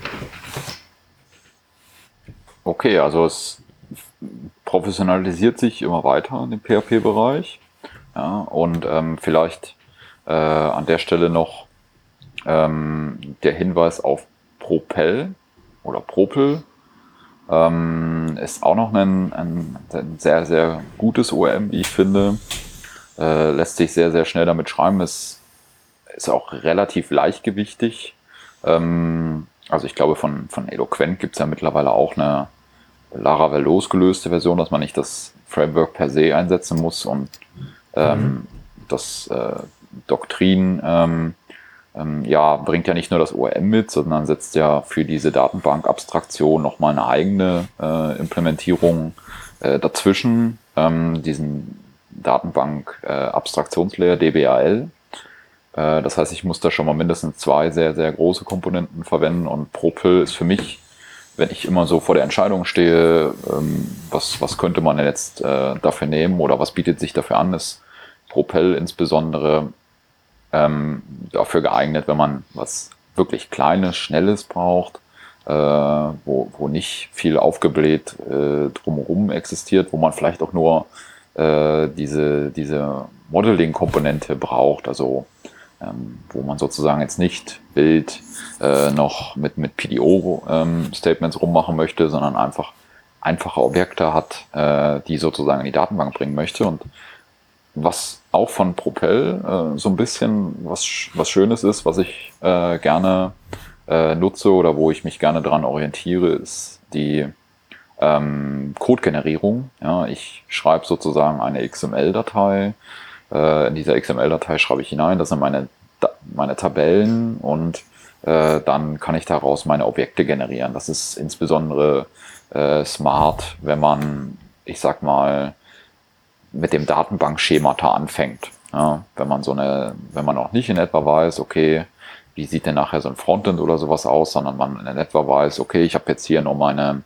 B: Okay, also es professionalisiert sich immer weiter in dem PHP-Bereich. Ja, und vielleicht an der Stelle noch der Hinweis auf Propel oder Propel. Ist auch noch ein sehr, sehr gutes ORM, wie ich finde. Lässt sich sehr, sehr schnell damit schreiben. Ist auch relativ leichtgewichtig. Also ich glaube, von Eloquent gibt es ja mittlerweile auch eine Laravel losgelöste Version, dass man nicht das Framework per se einsetzen muss und das Doktrin bringt ja nicht nur das ORM mit, sondern setzt ja für diese Datenbank-Abstraktion nochmal eine eigene Implementierung dazwischen, diesen Datenbank-Abstraktionslayer DBAL. Das heißt, ich muss da schon mal mindestens 2 sehr, sehr große Komponenten verwenden und Propel ist für mich, wenn ich immer so vor der Entscheidung stehe, was könnte man denn jetzt dafür nehmen oder was bietet sich dafür an, ist Propel insbesondere dafür geeignet, wenn man was wirklich Kleines, Schnelles braucht, wo nicht viel aufgebläht drumherum existiert, wo man vielleicht auch nur diese Modeling-Komponente braucht, also wo man sozusagen jetzt nicht wild noch mit PDO-Statements rummachen möchte, sondern einfach einfache Objekte hat, die sozusagen in die Datenbank bringen möchte. Und was auch von Propel so ein bisschen was Schönes ist, was ich gerne nutze oder wo ich mich gerne dran orientiere, ist die Code-Generierung. Ja, ich schreibe sozusagen eine XML-Datei. In dieser XML-Datei schreibe ich hinein, das sind meine Tabellen und dann kann ich daraus meine Objekte generieren. Das ist insbesondere smart, wenn man, ich sag mal, mit dem Datenbankschemata anfängt. Ja, wenn man auch nicht in etwa weiß, okay, wie sieht denn nachher so ein Frontend oder sowas aus, sondern man in etwa weiß, okay, ich habe jetzt hier nur meine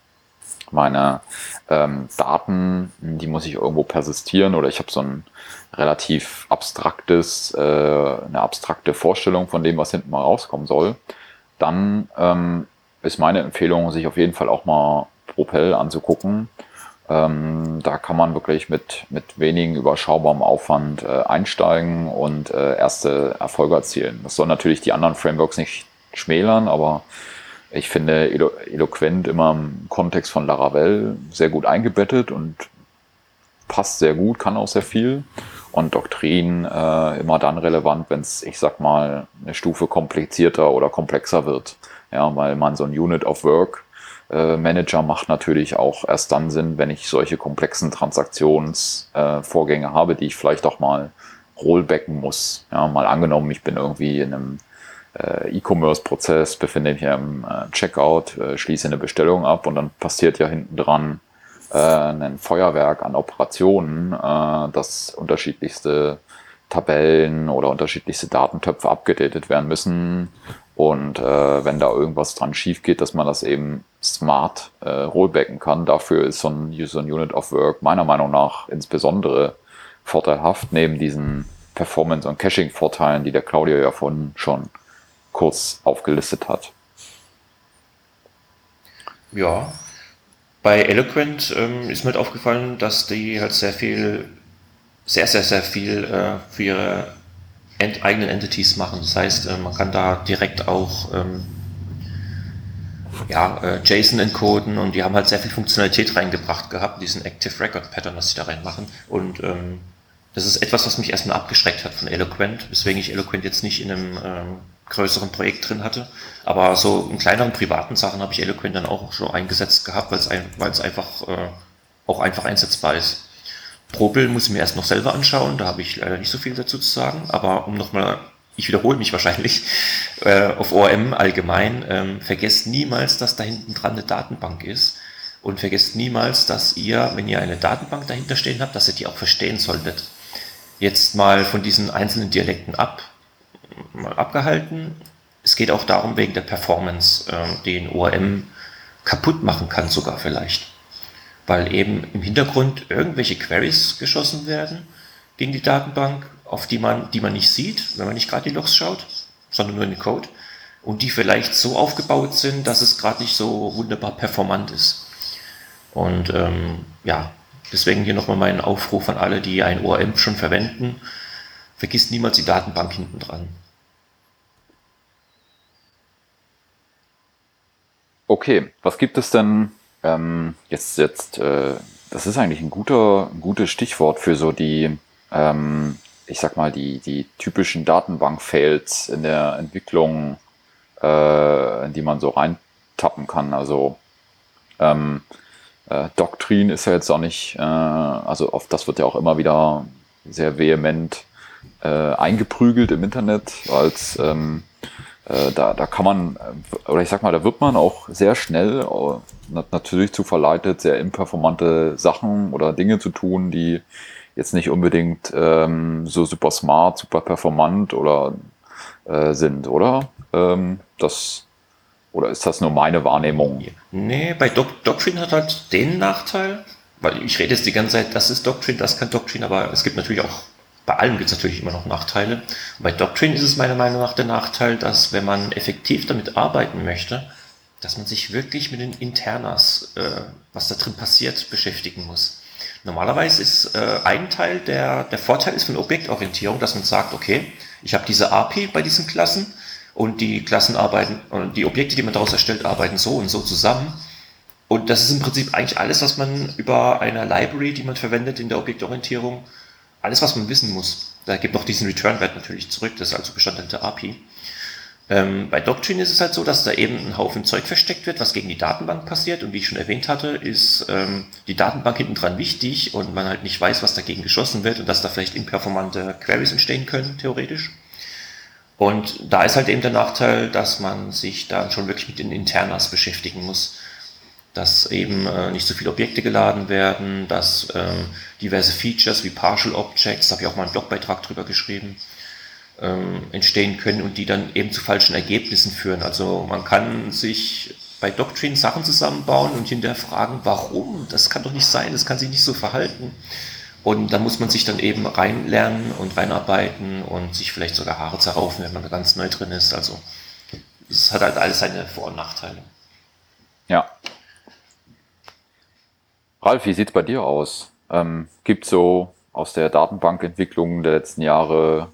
B: Daten, die muss ich irgendwo persistieren oder ich habe so ein relativ eine abstrakte Vorstellung von dem, was hinten mal rauskommen soll, dann ist meine Empfehlung, sich auf jeden Fall auch mal Propel anzugucken. Da kann man wirklich mit wenigen überschaubarem Aufwand einsteigen und erste Erfolge erzielen. Das soll natürlich die anderen Frameworks nicht schmälern, aber ich finde Eloquent immer im Kontext von Laravel sehr gut eingebettet und passt sehr gut, kann auch sehr viel. Und Doktrin immer dann relevant, wenn es, ich sag mal, eine Stufe komplizierter oder komplexer wird. Ja, weil man so ein Unit of Work Manager macht natürlich auch erst dann Sinn, wenn ich solche komplexen Transaktionsvorgänge habe, die ich vielleicht auch mal rollbacken muss. Ja, mal angenommen, ich bin irgendwie in einem E-Commerce-Prozess, befinde mich im Checkout, schließe eine Bestellung ab und dann passiert ja hinten dran ein Feuerwerk an Operationen, dass unterschiedlichste Tabellen oder unterschiedlichste Datentöpfe abgedatet werden müssen. Und wenn da irgendwas dran schief geht, dass man das eben smart rollbacken kann. Dafür ist so ein Unit of Work meiner Meinung nach insbesondere vorteilhaft, neben diesen Performance- und Caching-Vorteilen, die der Claudio ja vorhin schon kurz aufgelistet hat.
C: Ja, bei Eloquent ist mir halt aufgefallen, dass die halt sehr viel für ihre eigenen Entities machen. Das heißt, man kann da direkt auch JSON encoden und die haben halt sehr viel Funktionalität reingebracht gehabt, diesen Active Record Pattern, was sie da reinmachen. Und das ist etwas, was mich erstmal abgeschreckt hat von Eloquent, weswegen ich Eloquent jetzt nicht in einem größeren Projekt drin hatte. Aber so in kleineren privaten Sachen habe ich Eloquent dann auch schon eingesetzt gehabt, weil es einfach auch einfach einsetzbar ist. Propel muss ich mir erst noch selber anschauen, da habe ich leider nicht so viel dazu zu sagen, aber ich wiederhole mich wahrscheinlich, auf ORM allgemein, vergesst niemals, dass da hinten dran eine Datenbank ist und vergesst niemals, dass ihr, wenn ihr eine Datenbank dahinter stehen habt, dass ihr die auch verstehen solltet. Jetzt mal von diesen einzelnen Dialekten abgehalten. Es geht auch darum, wegen der Performance, den ORM kaputt machen kann sogar vielleicht. Weil eben im Hintergrund irgendwelche Queries geschossen werden, gegen die Datenbank, die man nicht sieht, wenn man nicht gerade die Logs schaut, sondern nur in den Code. Und die vielleicht so aufgebaut sind, dass es gerade nicht so wunderbar performant ist. Und deswegen hier nochmal mein Aufruf an alle, die ein ORM schon verwenden. Vergisst niemals die Datenbank hinten dran.
B: Okay, was gibt es denn das ist eigentlich ein gutes Stichwort für so die, ich sag mal, die typischen Datenbank-Fails in der Entwicklung, in die man so reintappen kann. Also Doctrine ist ja jetzt auch nicht, also auf das wird ja auch immer wieder sehr vehement eingeprügelt im Internet, als da kann man, oder ich sag mal, da wird man auch sehr schnell natürlich zu verleitet, sehr imperformante Sachen oder Dinge zu tun, die jetzt nicht unbedingt so super smart, super performant oder sind, oder? Oder ist das nur meine Wahrnehmung?
C: Nee, bei Doctrine hat halt den Nachteil, weil ich rede jetzt die ganze Zeit, das ist Doctrine, das kann Doctrine, aber es gibt natürlich auch, bei allem gibt es natürlich immer noch Nachteile. Und bei Doctrine ist es meiner Meinung nach der Nachteil, dass wenn man effektiv damit arbeiten möchte, dass man sich wirklich mit den Internas, was da drin passiert, beschäftigen muss. Normalerweise ist ein Teil, der Vorteil ist von Objektorientierung, dass man sagt, okay, ich habe diese API bei diesen Klassen und die Klassen arbeiten, und die Objekte, die man daraus erstellt, arbeiten so und so zusammen. Und das ist im Prinzip eigentlich alles, was man über eine Library, die man verwendet in der Objektorientierung, alles, was man wissen muss. Da gibt noch diesen Return-Wert natürlich zurück, das ist also Bestandteil der API. Bei Doctrine ist es halt so, dass da eben ein Haufen Zeug versteckt wird, was gegen die Datenbank passiert. Und wie ich schon erwähnt hatte, ist die Datenbank hinten dran wichtig und man halt nicht weiß, was dagegen geschossen wird und dass da vielleicht imperformante Queries entstehen können, theoretisch. Und da ist halt eben der Nachteil, dass man sich dann schon wirklich mit den Internas beschäftigen muss. Dass eben nicht so viele Objekte geladen werden, dass diverse Features wie Partial Objects, da habe ich auch mal einen Blogbeitrag drüber geschrieben, entstehen können und die dann eben zu falschen Ergebnissen führen. Also man kann sich bei Doctrine Sachen zusammenbauen und hinterher fragen, warum? Das kann doch nicht sein, das kann sich nicht so verhalten. Und da muss man sich dann eben reinlernen und reinarbeiten und sich vielleicht sogar Haare zerraufen, wenn man da ganz neu drin ist. Also es hat halt alles seine Vor- und Nachteile.
B: Ja. Ralf, wie sieht's bei dir aus? Gibt so aus der Datenbankentwicklung der letzten Jahre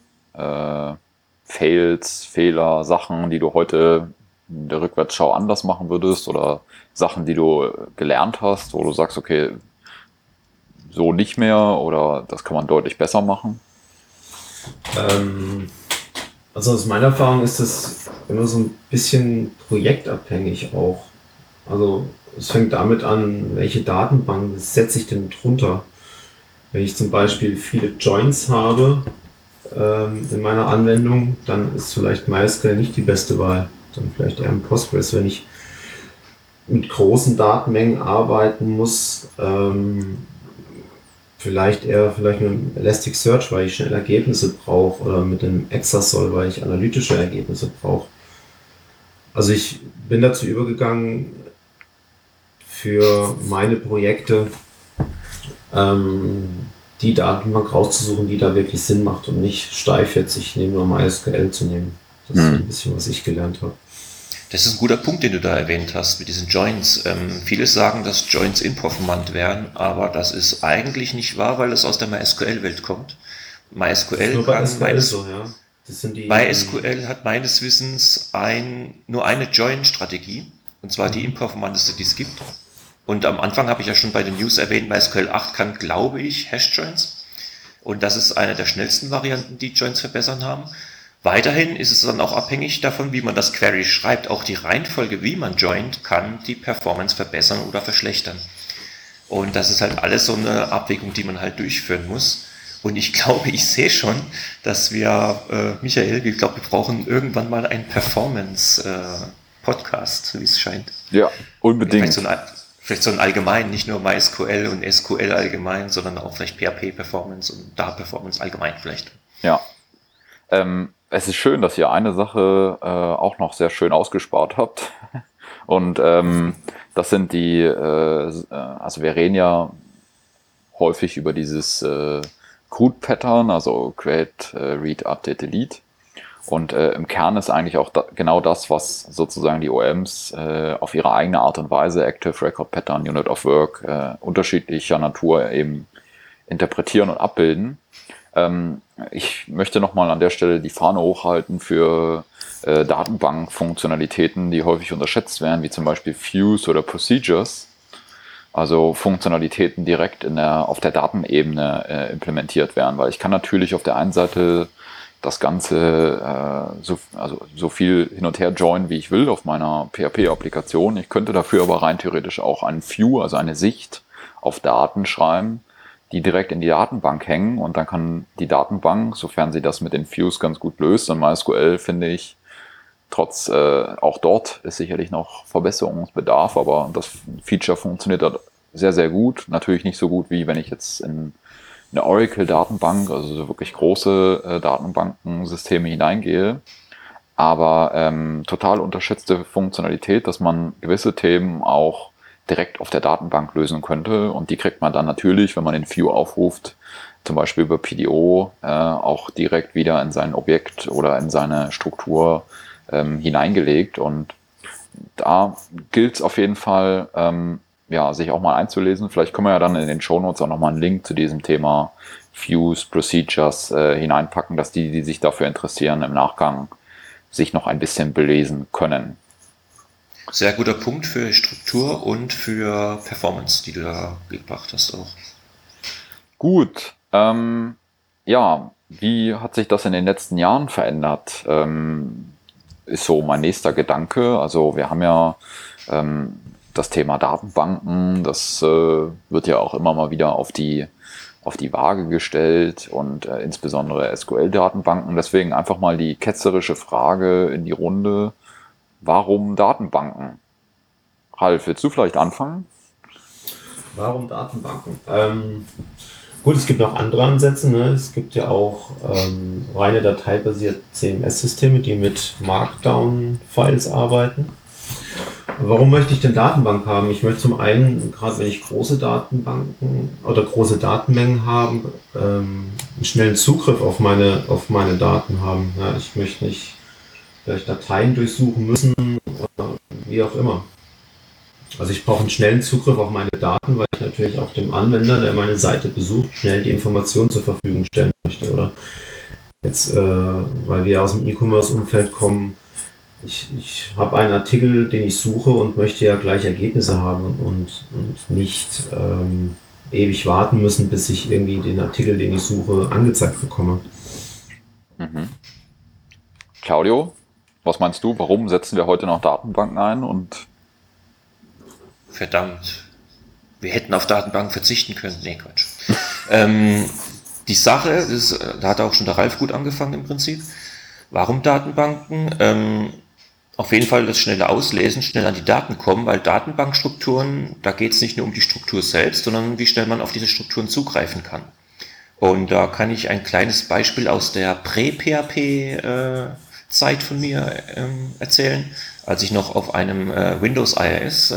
B: Fails, Fehler, Sachen, die du heute in der Rückwärtsschau anders machen würdest oder Sachen, die du gelernt hast, wo du sagst, okay, so nicht mehr oder das kann man deutlich besser machen?
D: Also aus meiner Erfahrung ist das immer so ein bisschen projektabhängig auch. Also es fängt damit an, welche Datenbank setze ich denn drunter. Wenn ich zum Beispiel viele Joins habe in meiner Anwendung, dann ist vielleicht MySQL nicht die beste Wahl. Dann vielleicht eher ein Postgres. Wenn ich mit großen Datenmengen arbeiten muss, vielleicht mit einem Elasticsearch, weil ich schnell Ergebnisse brauche, oder mit einem Exasol, weil ich analytische Ergebnisse brauche. Also ich bin dazu übergegangen, für meine Projekte die Datenbank rauszusuchen, die da wirklich Sinn macht und nicht steif jetzt, ich nehme nur MySQL zu nehmen. Das ist ein bisschen, was ich gelernt habe.
C: Das ist ein guter Punkt, den du da erwähnt hast mit diesen Joins. Viele sagen, dass Joins imperformant wären, aber das ist eigentlich nicht wahr, weil es aus der MySQL-Welt kommt. MySQL hat meines Wissens nur eine Join-Strategie, und zwar die imperformanteste, die es gibt. Und am Anfang habe ich ja schon bei den News erwähnt, MySQL 8 kann, glaube ich, Hash-Joins. Und das ist eine der schnellsten Varianten, die Joins verbessern haben. Weiterhin ist es dann auch abhängig davon, wie man das Query schreibt. Auch die Reihenfolge, wie man joint, kann die Performance verbessern oder verschlechtern. Und das ist halt alles so eine Abwägung, die man halt durchführen muss. Und ich glaube, ich sehe schon, dass wir, Michael, ich glaube, wir brauchen irgendwann mal einen Performance-Podcast, wie es scheint.
B: Ja, unbedingt.
C: Vielleicht so ein allgemein, nicht nur MySQL und SQL allgemein, sondern auch vielleicht PHP-Performance und Da-Performance allgemein vielleicht.
B: Ja. Es ist schön, dass ihr eine Sache auch noch sehr schön ausgespart habt. Und das sind also wir reden ja häufig über dieses CRUD Pattern, also Create, Read, Update, Delete. Und im Kern ist eigentlich auch genau das, was sozusagen die OEMs auf ihre eigene Art und Weise, Active Record Pattern, Unit of Work, unterschiedlicher Natur eben interpretieren und abbilden. Ich möchte nochmal an der Stelle die Fahne hochhalten für Datenbank-Funktionalitäten, die häufig unterschätzt werden, wie zum Beispiel Views oder Procedures. Also Funktionalitäten direkt auf der Datenebene implementiert werden, weil ich kann natürlich auf der einen Seite das Ganze so viel hin und her joinen, wie ich will auf meiner PHP-Applikation. Ich könnte dafür aber rein theoretisch auch einen View, also eine Sicht auf Daten schreiben, die direkt in die Datenbank hängen, und dann kann die Datenbank, sofern sie das mit den Views ganz gut löst, und MySQL finde ich, auch dort ist sicherlich noch Verbesserungsbedarf, aber das Feature funktioniert da sehr, sehr gut. Natürlich nicht so gut, wie wenn ich jetzt in eine Oracle-Datenbank, also so wirklich große Datenbankensysteme hineingehe. Aber total unterschätzte Funktionalität, dass man gewisse Themen auch direkt auf der Datenbank lösen könnte. Und die kriegt man dann natürlich, wenn man den View aufruft, zum Beispiel über PDO, auch direkt wieder in sein Objekt oder in seine Struktur hineingelegt. Und da gilt es auf jeden Fall, sich auch mal einzulesen. Vielleicht können wir ja dann in den Shownotes auch nochmal einen Link zu diesem Thema Views, Procedures hineinpacken, dass die sich dafür interessieren, im Nachgang sich noch ein bisschen belesen können.
C: Sehr guter Punkt für Struktur und für Performance, die du da gebracht hast auch.
B: Gut. Wie hat sich das in den letzten Jahren verändert? Ist so mein nächster Gedanke. Also wir haben ja das Thema Datenbanken, das wird ja auch immer mal wieder auf die Waage gestellt, und insbesondere SQL-Datenbanken. Deswegen einfach mal die ketzerische Frage in die Runde: Warum Datenbanken? Ralf, willst du vielleicht anfangen?
D: Warum Datenbanken? Gut, es gibt noch andere Ansätze. Ne? Es gibt ja auch reine dateibasierte CMS-Systeme, die mit Markdown-Files arbeiten. Warum möchte ich denn Datenbank haben? Ich möchte zum einen, gerade wenn ich große Datenbanken oder große Datenmengen habe, einen schnellen Zugriff auf meine Daten haben. Ja, ich möchte nicht vielleicht Dateien durchsuchen müssen oder wie auch immer. Also ich brauche einen schnellen Zugriff auf meine Daten, weil ich natürlich auch dem Anwender, der meine Seite besucht, schnell die Informationen zur Verfügung stellen möchte. Oder jetzt, weil wir aus dem E-Commerce-Umfeld kommen, ich habe einen Artikel, den ich suche, und möchte ja gleich Ergebnisse haben und nicht ewig warten müssen, bis ich irgendwie den Artikel, den ich suche, angezeigt bekomme.
B: Mhm. Claudio, was meinst du? Warum setzen wir heute noch Datenbanken ein? Und
C: verdammt, wir hätten auf Datenbanken verzichten können. Nee, Quatsch. Die Sache ist, da hat auch schon der Ralf gut angefangen im Prinzip. Warum Datenbanken? Auf jeden Fall das schnelle Auslesen, schnell an die Daten kommen, weil Datenbankstrukturen, da geht es nicht nur um die Struktur selbst, sondern wie schnell man auf diese Strukturen zugreifen kann. Und da kann ich ein kleines Beispiel aus der Prä-PHP-Zeit von mir erzählen, als ich noch auf einem Windows IIS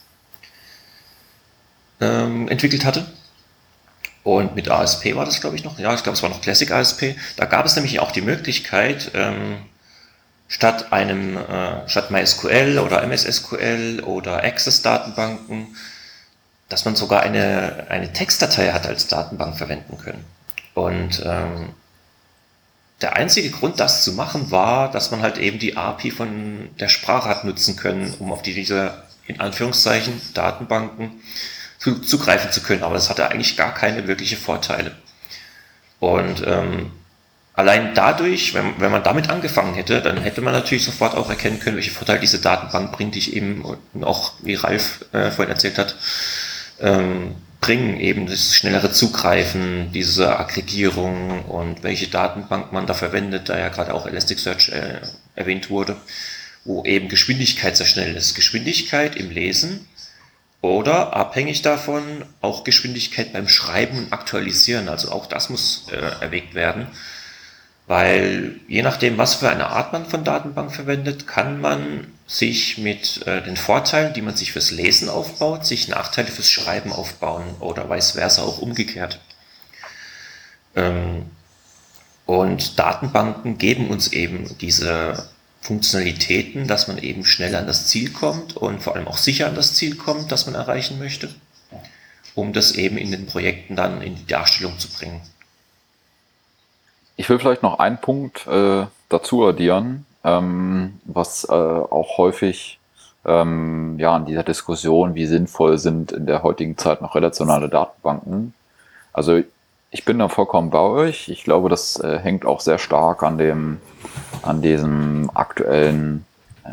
C: entwickelt hatte. Und mit ASP war das, glaube ich, noch. Ja, ich glaube, es war noch Classic ASP. Da gab es nämlich auch die Möglichkeit, statt MySQL oder MS SQL oder Access-Datenbanken, dass man sogar eine Textdatei hat als Datenbank verwenden können. Und der einzige Grund, das zu machen, war, dass man halt eben die API von der Sprache hat nutzen können, um auf diese, in Anführungszeichen, Datenbanken zugreifen zu können. Aber das hatte eigentlich gar keine wirkliche Vorteile. Und allein dadurch, wenn man damit angefangen hätte, dann hätte man natürlich sofort auch erkennen können, welche Vorteile diese Datenbank bringt, die ich eben auch, wie Ralf vorhin erzählt hat, bringen. Eben das schnellere Zugreifen, diese Aggregierung und welche Datenbank man da verwendet, da ja gerade auch Elasticsearch erwähnt wurde, wo eben Geschwindigkeit sehr schnell ist. Geschwindigkeit im Lesen oder abhängig davon auch Geschwindigkeit beim Schreiben und Aktualisieren. Also auch das muss erwägt werden. Weil je nachdem, was für eine Art man von Datenbank verwendet, kann man sich mit den Vorteilen, die man sich fürs Lesen aufbaut, sich Nachteile fürs Schreiben aufbauen oder vice versa auch umgekehrt. Und Datenbanken geben uns eben diese Funktionalitäten, dass man eben schnell an das Ziel kommt und vor allem auch sicher an das Ziel kommt, das man erreichen möchte, um das eben in den Projekten dann in die Darstellung zu bringen.
B: Ich will vielleicht noch einen Punkt dazu addieren, was auch häufig in dieser Diskussion, wie sinnvoll sind in der heutigen Zeit noch relationale Datenbanken. Also ich bin da vollkommen bei euch. Ich glaube, das hängt auch sehr stark auf dem aktuellen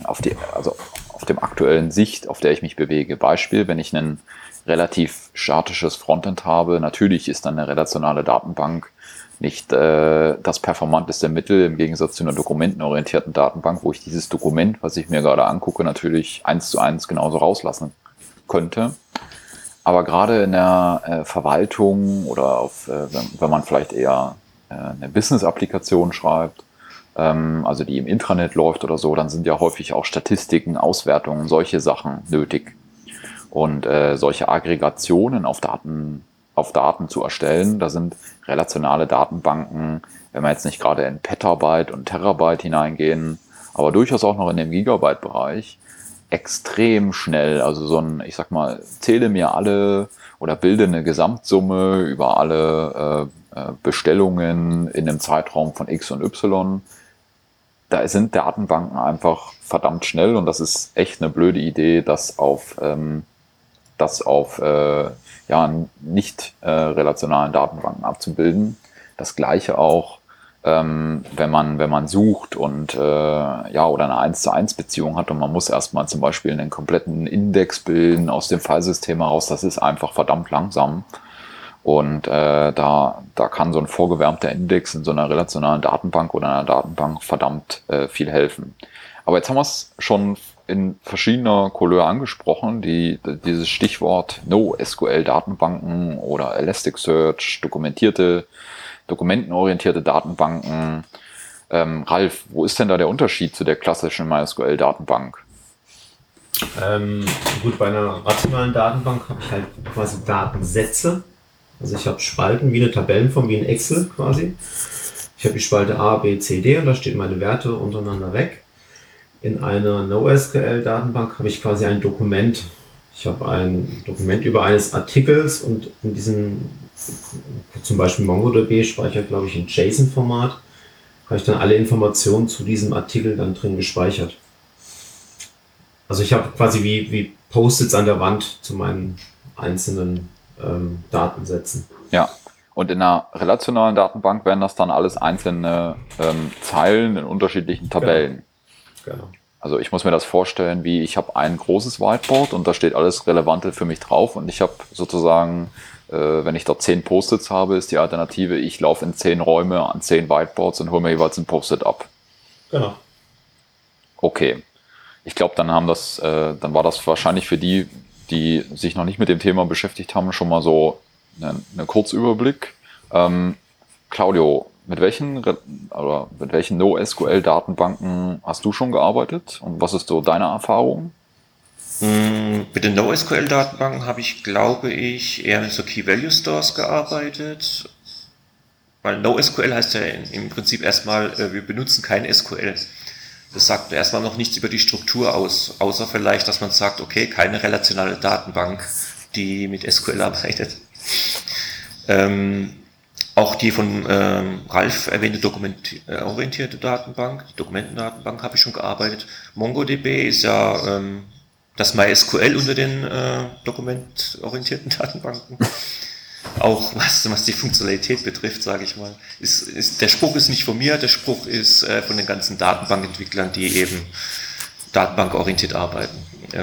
B: Sicht, auf der ich mich bewege. Beispiel, wenn ich ein relativ statisches Frontend habe, natürlich ist dann eine relationale Datenbank nicht das performanteste Mittel im Gegensatz zu einer dokumentenorientierten Datenbank, wo ich dieses Dokument, was ich mir gerade angucke, natürlich 1:1 genauso rauslassen könnte. Aber gerade in der Verwaltung oder wenn man vielleicht eher eine Business-Applikation schreibt, also die im Intranet läuft oder so, dann sind ja häufig auch Statistiken, Auswertungen, solche Sachen nötig. Und solche Aggregationen auf Daten zu erstellen, da sind relationale Datenbanken, wenn wir jetzt nicht gerade in Petabyte und Terabyte hineingehen, aber durchaus auch noch in dem Gigabyte-Bereich, extrem schnell. Also ich sag mal, zähle mir alle oder bilde eine Gesamtsumme über alle Bestellungen in einem Zeitraum von X und Y. Da sind Datenbanken einfach verdammt schnell und das ist echt eine blöde Idee, das auf nicht relationalen Datenbanken abzubilden. Das gleiche auch, wenn man sucht und oder eine 1:1 Beziehung hat und man muss erstmal zum Beispiel einen kompletten Index bilden aus dem Filesystem heraus, das ist einfach verdammt langsam. Und da kann so ein vorgewärmter Index in so einer relationalen Datenbank oder einer Datenbank verdammt viel helfen. Aber jetzt haben wir es schon in verschiedener Couleur angesprochen, dieses Stichwort NoSQL-Datenbanken oder Elasticsearch, dokumentenorientierte Datenbanken. Ralf, wo ist denn da der Unterschied zu der klassischen MySQL-Datenbank?
D: Gut, bei einer rationalen Datenbank habe ich halt quasi Datensätze. Also ich habe Spalten wie eine Tabellenform, wie ein Excel quasi. Ich habe die Spalte A, B, C, D und da stehen meine Werte untereinander weg. In einer NoSQL-Datenbank habe ich quasi ein Dokument. Ich habe ein Dokument über eines Artikels und in diesem, zum Beispiel MongoDB speichert, glaube ich, in JSON-Format, habe ich dann alle Informationen zu diesem Artikel dann drin gespeichert. Also ich habe quasi wie Post-its an der Wand zu meinen einzelnen Datensätzen.
B: Ja, und in einer relationalen Datenbank wären das dann alles einzelne Zeilen in unterschiedlichen Tabellen.
D: Genau.
B: Also ich muss mir das vorstellen, wie ich habe ein großes Whiteboard und da steht alles Relevante für mich drauf und ich habe sozusagen, wenn ich dort 10 Post-its habe, ist die Alternative, ich laufe in 10 Räume an 10 Whiteboards und hole mir jeweils ein Post-it ab.
D: Genau.
B: Okay. Ich glaube, dann war das wahrscheinlich für die sich noch nicht mit dem Thema beschäftigt haben, schon mal so eine Kurzüberblick. Claudio, mit welchen NoSQL-Datenbanken hast du schon gearbeitet und was ist so deine Erfahrung?
C: Mit den NoSQL-Datenbanken habe ich, glaube ich, eher mit so Key-Value-Stores gearbeitet. Weil NoSQL heißt ja im Prinzip erstmal, wir benutzen kein SQL. Das sagt erstmal noch nichts über die Struktur aus, außer vielleicht, dass man sagt, okay, keine relationale Datenbank, die mit SQL arbeitet. Auch die von Ralf erwähnte dokumentorientierte Datenbank, die Dokumentendatenbank, habe ich schon gearbeitet. MongoDB ist ja das MySQL unter den dokumentorientierten Datenbanken. Auch was die Funktionalität betrifft, sage ich mal. Der Spruch ist nicht von mir, der Spruch ist von den ganzen Datenbankentwicklern, die eben datenbankorientiert arbeiten.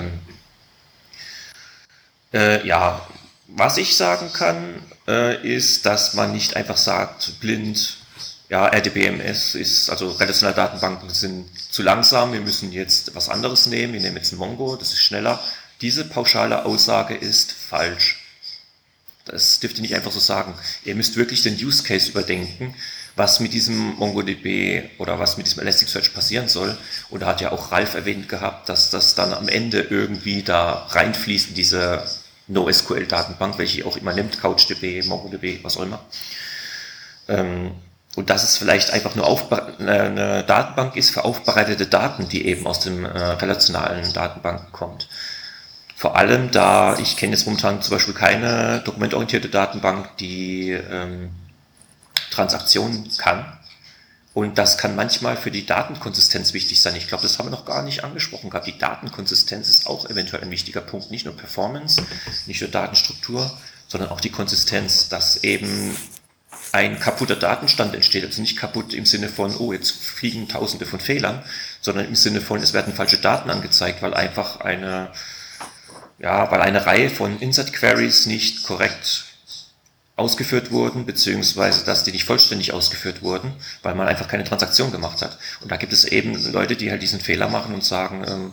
C: Was ich sagen kann, ist, dass man nicht einfach sagt, blind, ja, RDBMS ist, also relationale Datenbanken sind zu langsam, wir müssen jetzt was anderes nehmen, wir nehmen jetzt ein Mongo, das ist schneller. Diese pauschale Aussage ist falsch. Das dürft ihr nicht einfach so sagen. Ihr müsst wirklich den Use Case überdenken, was mit diesem MongoDB oder was mit diesem Elasticsearch passieren soll. Und da hat ja auch Ralf erwähnt gehabt, dass das dann am Ende irgendwie da reinfließt in diese NoSQL-Datenbank, welche ihr auch immer nimmt, CouchDB, MongoDB, was auch immer. Und dass es vielleicht einfach nur eine Datenbank ist für aufbereitete Daten, die eben aus dem relationalen Datenbanken kommt. Vor allem, da ich kenne jetzt momentan zum Beispiel keine dokumentorientierte Datenbank, die Transaktionen kann. Und das kann manchmal für die Datenkonsistenz wichtig sein. Ich glaube, das haben wir noch gar nicht angesprochen gehabt. Die Datenkonsistenz ist auch eventuell ein wichtiger Punkt. Nicht nur Performance, nicht nur Datenstruktur, sondern auch die Konsistenz, dass eben ein kaputter Datenstand entsteht. Also nicht kaputt im Sinne von, oh, jetzt fliegen Tausende von Fehlern, sondern im Sinne von, es werden falsche Daten angezeigt, weil einfach eine Reihe von Insert-Queries nicht korrekt ausgeführt wurden, beziehungsweise dass die nicht vollständig ausgeführt wurden, weil man einfach keine Transaktion gemacht hat. Und da gibt es eben Leute, die halt diesen Fehler machen und sagen,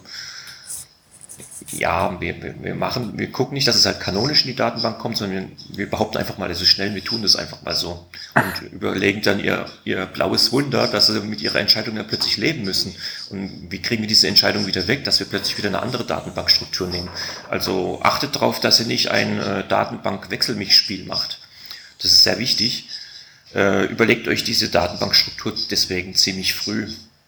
C: wir gucken nicht, dass es halt kanonisch in die Datenbank kommt, sondern wir behaupten einfach mal, es ist schnell, wir tun das einfach mal so. Und überlegen dann ihr blaues Wunder, dass sie mit ihrer Entscheidung dann plötzlich leben müssen. Und wie kriegen wir diese Entscheidung wieder weg, dass wir plötzlich wieder eine andere Datenbankstruktur nehmen? Also achtet darauf, dass ihr nicht ein Datenbank-Wechselmischspiel macht. Das ist sehr wichtig. Überlegt euch diese Datenbankstruktur deswegen ziemlich früh.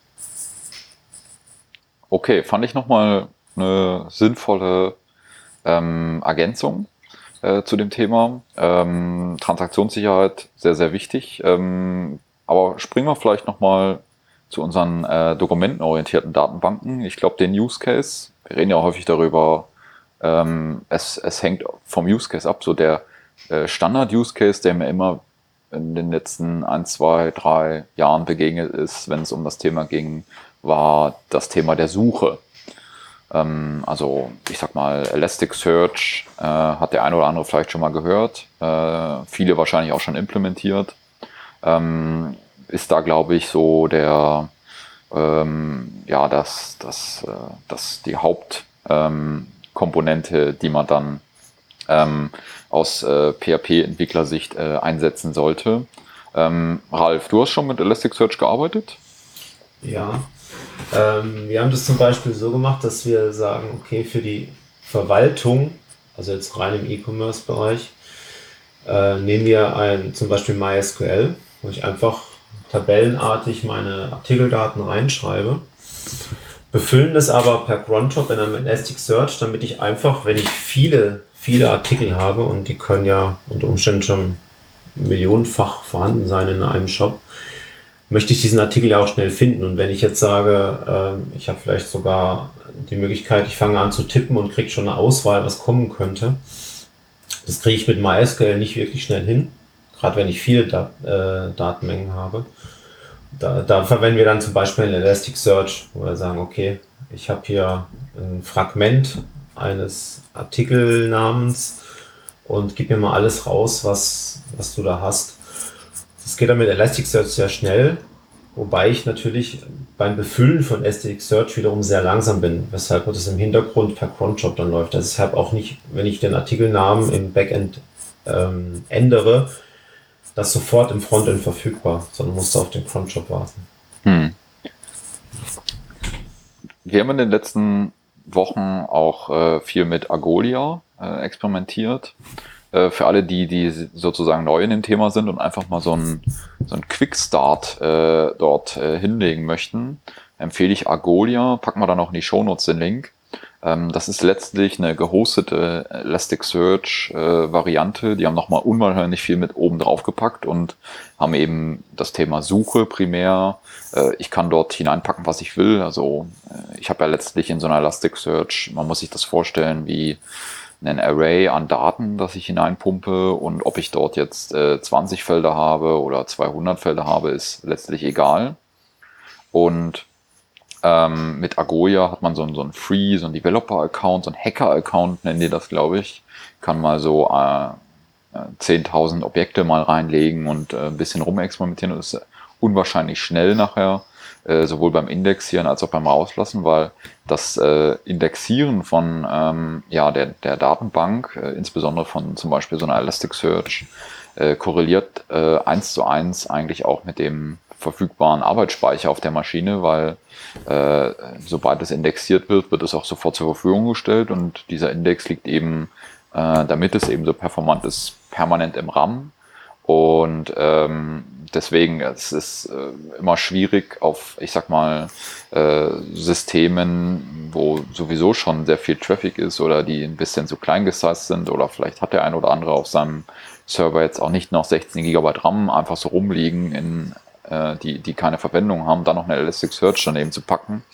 B: Okay, fand ich nochmal eine sinnvolle Ergänzung zu dem Thema. Transaktionssicherheit, sehr, sehr wichtig. Aber springen wir vielleicht nochmal zu unseren dokumentenorientierten Datenbanken. Ich glaube, den Use Case, wir reden ja häufig darüber, es hängt vom Use Case ab. So der Standard-Use-Case, der mir immer in den letzten 1, 2, 3 Jahren begegnet ist, wenn es um das Thema ging, war das Thema der Suche. Also ich sag mal, Elasticsearch hat der eine oder andere vielleicht schon mal gehört, viele wahrscheinlich auch schon implementiert. Ist da, glaube ich, so der die Hauptkomponente, die man dann aus PHP-Entwicklersicht einsetzen sollte. Ralf, du hast schon mit Elasticsearch gearbeitet?
D: Ja, wir haben das zum Beispiel so gemacht, dass wir sagen, okay, für die Verwaltung, also jetzt rein im E-Commerce-Bereich, nehmen wir zum Beispiel MySQL, wo ich einfach tabellenartig meine Artikeldaten reinschreibe, befüllen das aber per Cronjob in einem Elasticsearch, damit ich einfach, wenn ich viele Artikel habe, und die können ja unter Umständen schon millionenfach vorhanden sein in einem Shop, möchte ich diesen Artikel ja auch schnell finden. Und wenn ich jetzt sage, ich habe vielleicht sogar die Möglichkeit, ich fange an zu tippen und kriege schon eine Auswahl, was kommen könnte, das kriege ich mit MySQL nicht wirklich schnell hin, gerade wenn ich viele Datenmengen habe. Da verwenden wir dann zum Beispiel ein Elasticsearch, wo wir sagen, okay, ich habe hier ein Fragment eines Artikelnamens und gib mir mal alles raus, was du da hast. Das geht dann mit Elasticsearch sehr schnell, wobei ich natürlich beim Befüllen von Elasticsearch wiederum sehr langsam bin, weshalb das im Hintergrund per Cronjob dann läuft. Deshalb auch nicht, wenn ich den Artikelnamen im Backend ändere, das sofort im Frontend verfügbar, sondern musst du auf den Cronjob warten.
B: Wir haben in den letzten Wochen auch viel mit Argolia experimentiert. Für alle, die sozusagen neu in dem Thema sind und einfach mal so einen Quickstart dort hinlegen möchten, empfehle ich Argolia. Packen wir dann auch in die Shownotes den Link. Das ist letztlich eine gehostete Elasticsearch-Variante. Die haben nochmal unwahrscheinlich viel mit oben drauf gepackt und haben eben das Thema Suche primär. Ich kann dort hineinpacken, was ich will. Also ich habe ja letztlich in so einer Elasticsearch, man muss sich das vorstellen wie ein Array an Daten, das ich hineinpumpe, und ob ich dort jetzt 20 Felder habe oder 200 Felder habe, ist letztlich egal. Und mit Argolia hat man so einen Free, so einen Developer-Account, so einen Hacker-Account nennen die das, glaube ich. Kann mal so 10.000 Objekte mal reinlegen und ein bisschen rumexperimentieren. Das ist unwahrscheinlich schnell nachher, sowohl beim Indexieren als auch beim Rauslassen, weil das Indexieren von der Datenbank, insbesondere von zum Beispiel so einer Elasticsearch, korreliert 1:1 eigentlich auch mit dem verfügbaren Arbeitsspeicher auf der Maschine, weil sobald es indexiert wird, wird es auch sofort zur Verfügung gestellt, und dieser Index liegt eben, damit es eben so performant ist, permanent im RAM. Und deswegen, es ist immer schwierig auf, ich sag mal, Systemen, wo sowieso schon sehr viel Traffic ist oder die ein bisschen zu klein gesized sind, oder vielleicht hat der ein oder andere auf seinem Server jetzt auch nicht noch 16 GB RAM einfach so rumliegen, die keine Verwendung haben, dann noch eine Elasticsearch daneben zu packen.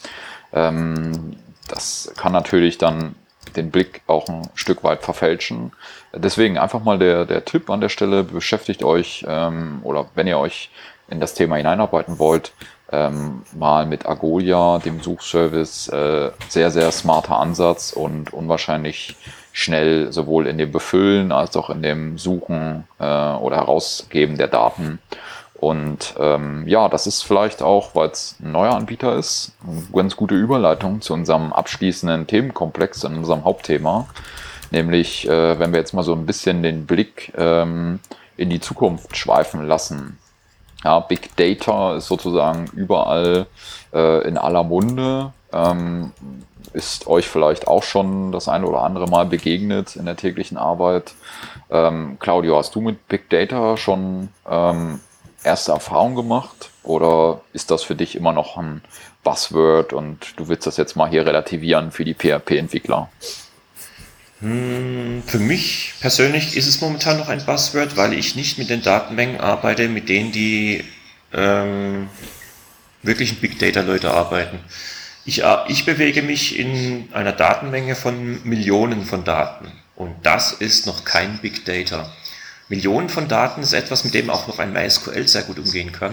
B: Das kann natürlich dann den Blick auch ein Stück weit verfälschen. Deswegen einfach mal der Tipp an der Stelle: beschäftigt euch, oder wenn ihr euch in das Thema hineinarbeiten wollt, mal mit Argolia, dem Suchservice. Sehr, sehr smarter Ansatz und unwahrscheinlich schnell sowohl in dem Befüllen als auch in dem Suchen oder Herausgeben der Daten. Und das ist vielleicht auch, weil es ein neuer Anbieter ist, eine ganz gute Überleitung zu unserem abschließenden Themenkomplex, in unserem Hauptthema. Nämlich, wenn wir jetzt mal so ein bisschen den Blick in die Zukunft schweifen lassen. Ja, Big Data ist sozusagen überall in aller Munde. Ist euch vielleicht auch schon das eine oder andere Mal begegnet in der täglichen Arbeit. Claudio, hast du mit Big Data schon erste Erfahrungen gemacht, oder ist das für dich immer noch ein Buzzword und du willst das jetzt mal hier relativieren für die PHP-Entwickler?
C: Für mich persönlich ist es momentan noch ein Buzzword, weil ich nicht mit den Datenmengen arbeite, mit denen die wirklichen Big Data Leute arbeiten. Ich bewege mich in einer Datenmenge von Millionen von Daten, und das ist noch kein Big Data. Millionen von Daten ist etwas, mit dem auch noch ein MySQL sehr gut umgehen kann.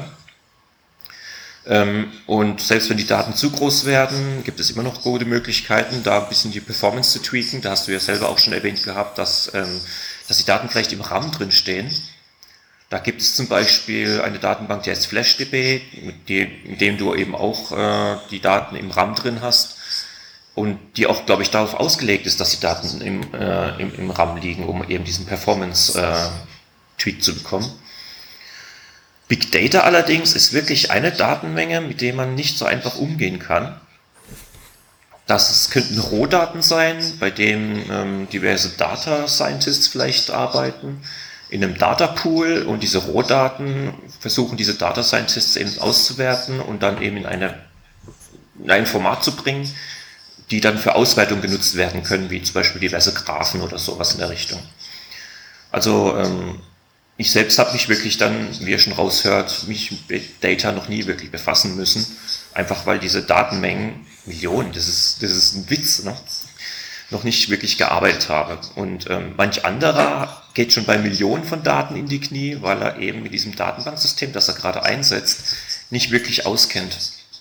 C: Und selbst wenn die Daten zu groß werden, gibt es immer noch gute Möglichkeiten, da ein bisschen die Performance zu tweaken. Da hast du ja selber auch schon erwähnt gehabt, dass die Daten vielleicht im RAM drin stehen. Da gibt es zum Beispiel eine Datenbank, die heißt FlashDB, mit dem du eben auch die Daten im RAM drin hast und die auch, glaube ich, darauf ausgelegt ist, dass die Daten im RAM liegen, um eben diesen Performance-Tweak zu bekommen. Big Data allerdings ist wirklich eine Datenmenge, mit der man nicht so einfach umgehen kann. Das könnten Rohdaten sein, bei denen diverse Data Scientists vielleicht arbeiten, in einem Datapool, und diese Rohdaten versuchen diese Data Scientists eben auszuwerten und dann eben in ein Format zu bringen, die dann für Auswertung genutzt werden können, wie zum Beispiel diverse Graphen oder sowas in der Richtung. Also ich selbst habe mich wirklich dann, wie ihr schon raushört, mich mit Big Data noch nie wirklich befassen müssen, einfach weil diese Datenmengen, Millionen, das ist ein Witz, ne? Noch nicht wirklich gearbeitet habe. Und manch anderer geht schon bei Millionen von Daten in die Knie, weil er eben mit diesem Datenbanksystem, das er gerade einsetzt, nicht wirklich auskennt.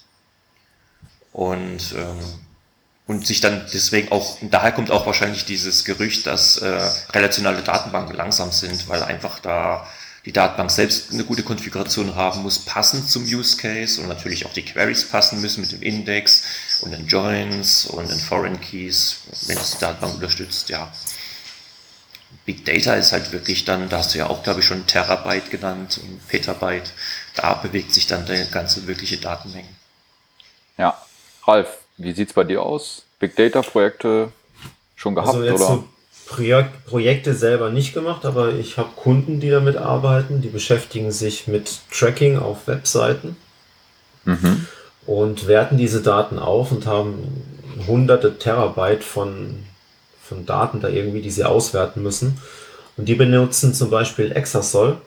C: Und sich dann deswegen auch, und daher kommt auch wahrscheinlich dieses Gerücht, dass relationale Datenbanken langsam sind, weil einfach da die Datenbank selbst eine gute Konfiguration haben muss, passend zum Use Case, und natürlich auch die Queries passen müssen mit dem Index und den Joins und den Foreign Keys, wenn das die Datenbank unterstützt, ja. Big Data ist halt wirklich dann, da hast du ja auch, glaube ich, schon Terabyte genannt und Petabyte, da bewegt sich dann die ganze wirkliche Datenmenge.
B: Ja, Ralf, wie sieht's bei dir aus? Big Data Projekte schon gehabt,
D: Also jetzt
B: oder?
D: so Projekte selber nicht gemacht, aber ich habe Kunden, die damit arbeiten, die beschäftigen sich mit Tracking auf Webseiten und werten diese Daten auf und haben hunderte Terabyte von Daten da irgendwie, die sie auswerten müssen. Und die benutzen zum Beispiel Exasol,